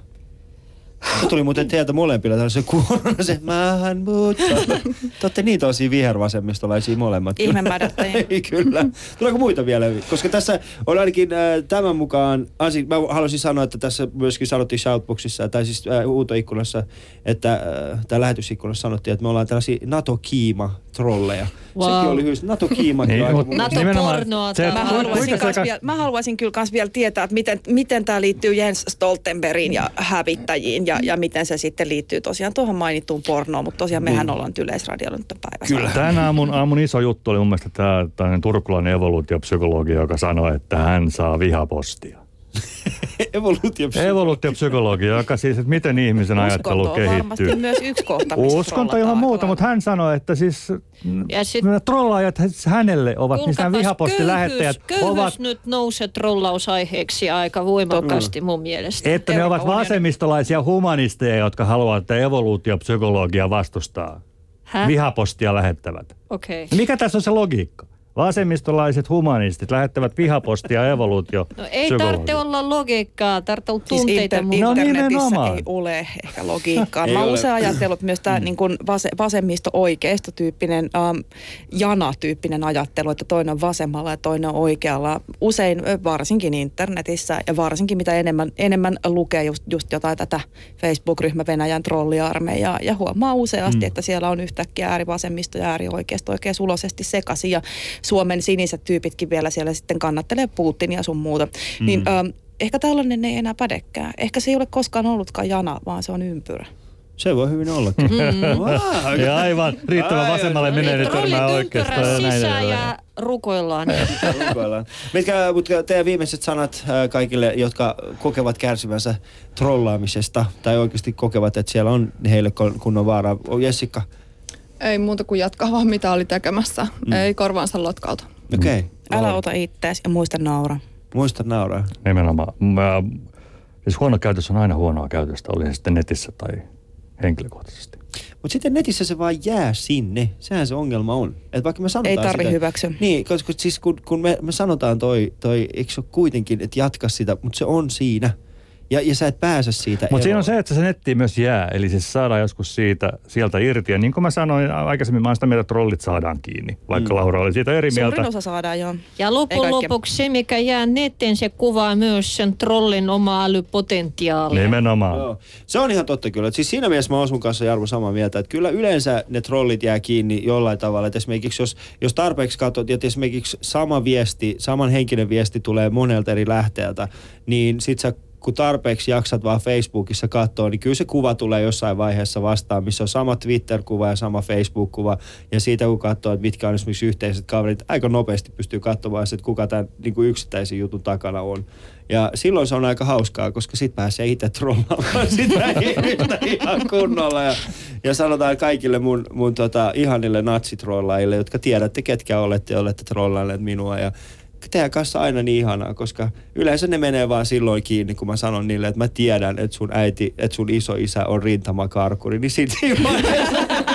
Se tuli muuten teiltä molempilla tällaisen kuorona se maahanmuutto. Te olette niin tosi vihervasemmistolaisia molemmat. Ihmemädättäjiä. Kyllä. Tuleeko muita vielä? Koska tässä on ainakin äh, tämän mukaan, ansi, mä haluaisin sanoa, että tässä myöskin sanottiin Shoutboxissa, tai siis äh, huutoikkunassa, että äh, tai lähetysikkunassa sanottiin, että me ollaan tällaisia NATO-kiima-trolleja. Wow. Sekin oli hyvä. NATO-kiimakin niin, on aika NATO-pornoa. Mä haluaisin, kans vielä, mä haluaisin kyllä kans vielä tietää, että miten, miten tämä liittyy Jens Stoltenbergiin ja hävittäjiin ja, ja miten se sitten liittyy tosiaan tuohon mainittuun pornoon, mutta tosiaan mehän niin. ollaan Yleisradiolla nyt päivässä. Kyllä. Tämän aamun, aamun iso juttu oli mun mielestä tämä turkulainen evoluutiopsykologi, joka sanoi, että hän saa vihapostia. Evoluutiopsykologi. Evoluutiopsykologi, joka siis, että miten ihmisen ajattelu Uskonto on kehittyy. varmasti myös yksi kohta, Uskonto ihan muuta, mutta hän sanoi, että siis sit, trollaajat hänelle ovat, niin nämä vihapostilähettäjät ovat... nyt nousee trollausaiheeksi aika voimakkaasti mun mielestä. Että ne ovat vasemmistolaisia humanisteja, jotka haluavat, että evoluutiopsykologia vastustaa. Häh? Vihapostia lähettävät. Okei. Okay. Mikä tässä on se logiikka? Vasemmistolaiset humanistit lähettävät vihapostia evoluutio. No ei tarvitse olla logiikkaa, tarvitse olla tunteita. Siis inter- no, internetissä ei ole ehkä logiikkaa. Mä oon usein ajatellut myös tämä niin kuin vase, vasemmisto-oikeisto-tyyppinen, ähm, jana-tyyppinen ajattelu, että toinen on vasemmalla ja toinen on oikealla. Usein varsinkin internetissä ja varsinkin mitä enemmän, enemmän lukee just, just jotain tätä Facebook-ryhmä Venäjän trolliarmeijaa ja huomaa useasti, mm. että siellä on yhtäkkiä äärivasemmisto ja äärioikeisto oikein sulosesti sekaisin ja Suomen siniset tyypitkin vielä siellä sitten kannattelee Putinia sun muuta. Mm. Niin ähm, ehkä tällainen ei enää pädekään. Ehkä se ei ole koskaan ollutkaan jana, vaan se on ympyrä. Se voi hyvin ollakin. Mm. Wow. Ja aivan riittävän vasemmalle menee, niin törmää oikeastaan. Trollit sisään ja rukoillaan. rukoillaan. Mitkä mutta teidän viimeiset sanat äh, kaikille, jotka kokevat kärsivänsä trollaamisesta tai oikeasti kokevat, että siellä on heille kunnon vaaraa? Jessica? Ei muuta kuin jatkaa vaan mitä oli tekemässä. Mm. Ei korvaansa lotkauta. Okei. Okay. Älä ota ittees ja muista nauraa. Muista nauraa. Nimenomaan. Mä, siis huono käytös on aina huonoa käytöstä, oli se sitten netissä tai henkilökohtaisesti. Mutta sitten netissä se vaan jää sinne. Sehän se ongelma on. Et vaikka me sanotaan ei tarvi sitä, hyväksyä. Niin, koska siis kun, kun me, me sanotaan toi, toi, eikö se ole kuitenkin, että jatka sitä, mutta se on siinä. Ja, ja sä et pääse siitä Mutta siinä on se, että se nettiin myös jää. Eli siis saadaan joskus siitä, sieltä irti. Ja niin kuin mä sanoin aikaisemmin, mä oon sitä mieltä, että trollit saadaan kiinni. Vaikka mm. Laura oli siitä eri mieltä. Suurin osa saadaan, joo. Ja lopun lopuksi se, mikä jää nettiin, se kuvaa myös sen trollin omaa älypotentiaalia. Nimenomaan. Joo. Se on ihan totta kyllä. Et siis siinä mielessä mä oon sun kanssa, Jarmo, samaa mieltä. Että kyllä yleensä ne trollit jää kiinni jollain tavalla. Et esimerkiksi jos, jos tarpeeksi katsot, että esimerkiksi sama viesti, saman henkinen viesti tulee monelta eri lähteeltä, niin sit sä kun tarpeeksi jaksat vaan Facebookissa katsoa, niin kyllä se kuva tulee jossain vaiheessa vastaan, missä on sama Twitter-kuva ja sama Facebook-kuva. Ja siitä kun katsoo, että mitkä on esimerkiksi yhteiset kaverit, aika nopeasti pystyy katsomaan, että kuka tämän niin kuin yksittäisen jutun takana on. Ja silloin se on aika hauskaa, koska sit pääsee itse trollaamaan sitä ihmistä ihan kunnolla. Ja, ja sanotaan kaikille mun, mun tota, ihanille natsitrollaajille, jotka tiedätte, ketkä olette, olette trollailleet minua. Ja teidän kanssa aina niin ihanaa, koska yleensä ne menee vaan silloin kiinni, kun mä sanon niille, että mä tiedän, että sun äiti, että sun isoisä on rintamakarkuri, niin sit siinä vaiheessa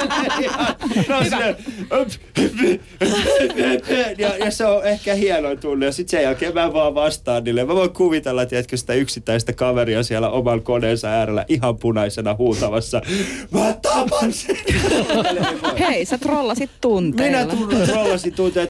no, sinne, ja, ja se on ehkä hieno tunne, ja sit sen jälkeen mä vaan vastaan niille. Mä voin kuvitella, tiedätkö, sitä yksittäistä kaveria siellä oman koneensa äärellä ihan punaisena huutavassa. Mä tapan sen! Hei, sä trollasit tunteilla. Minä trollasin tunteilla.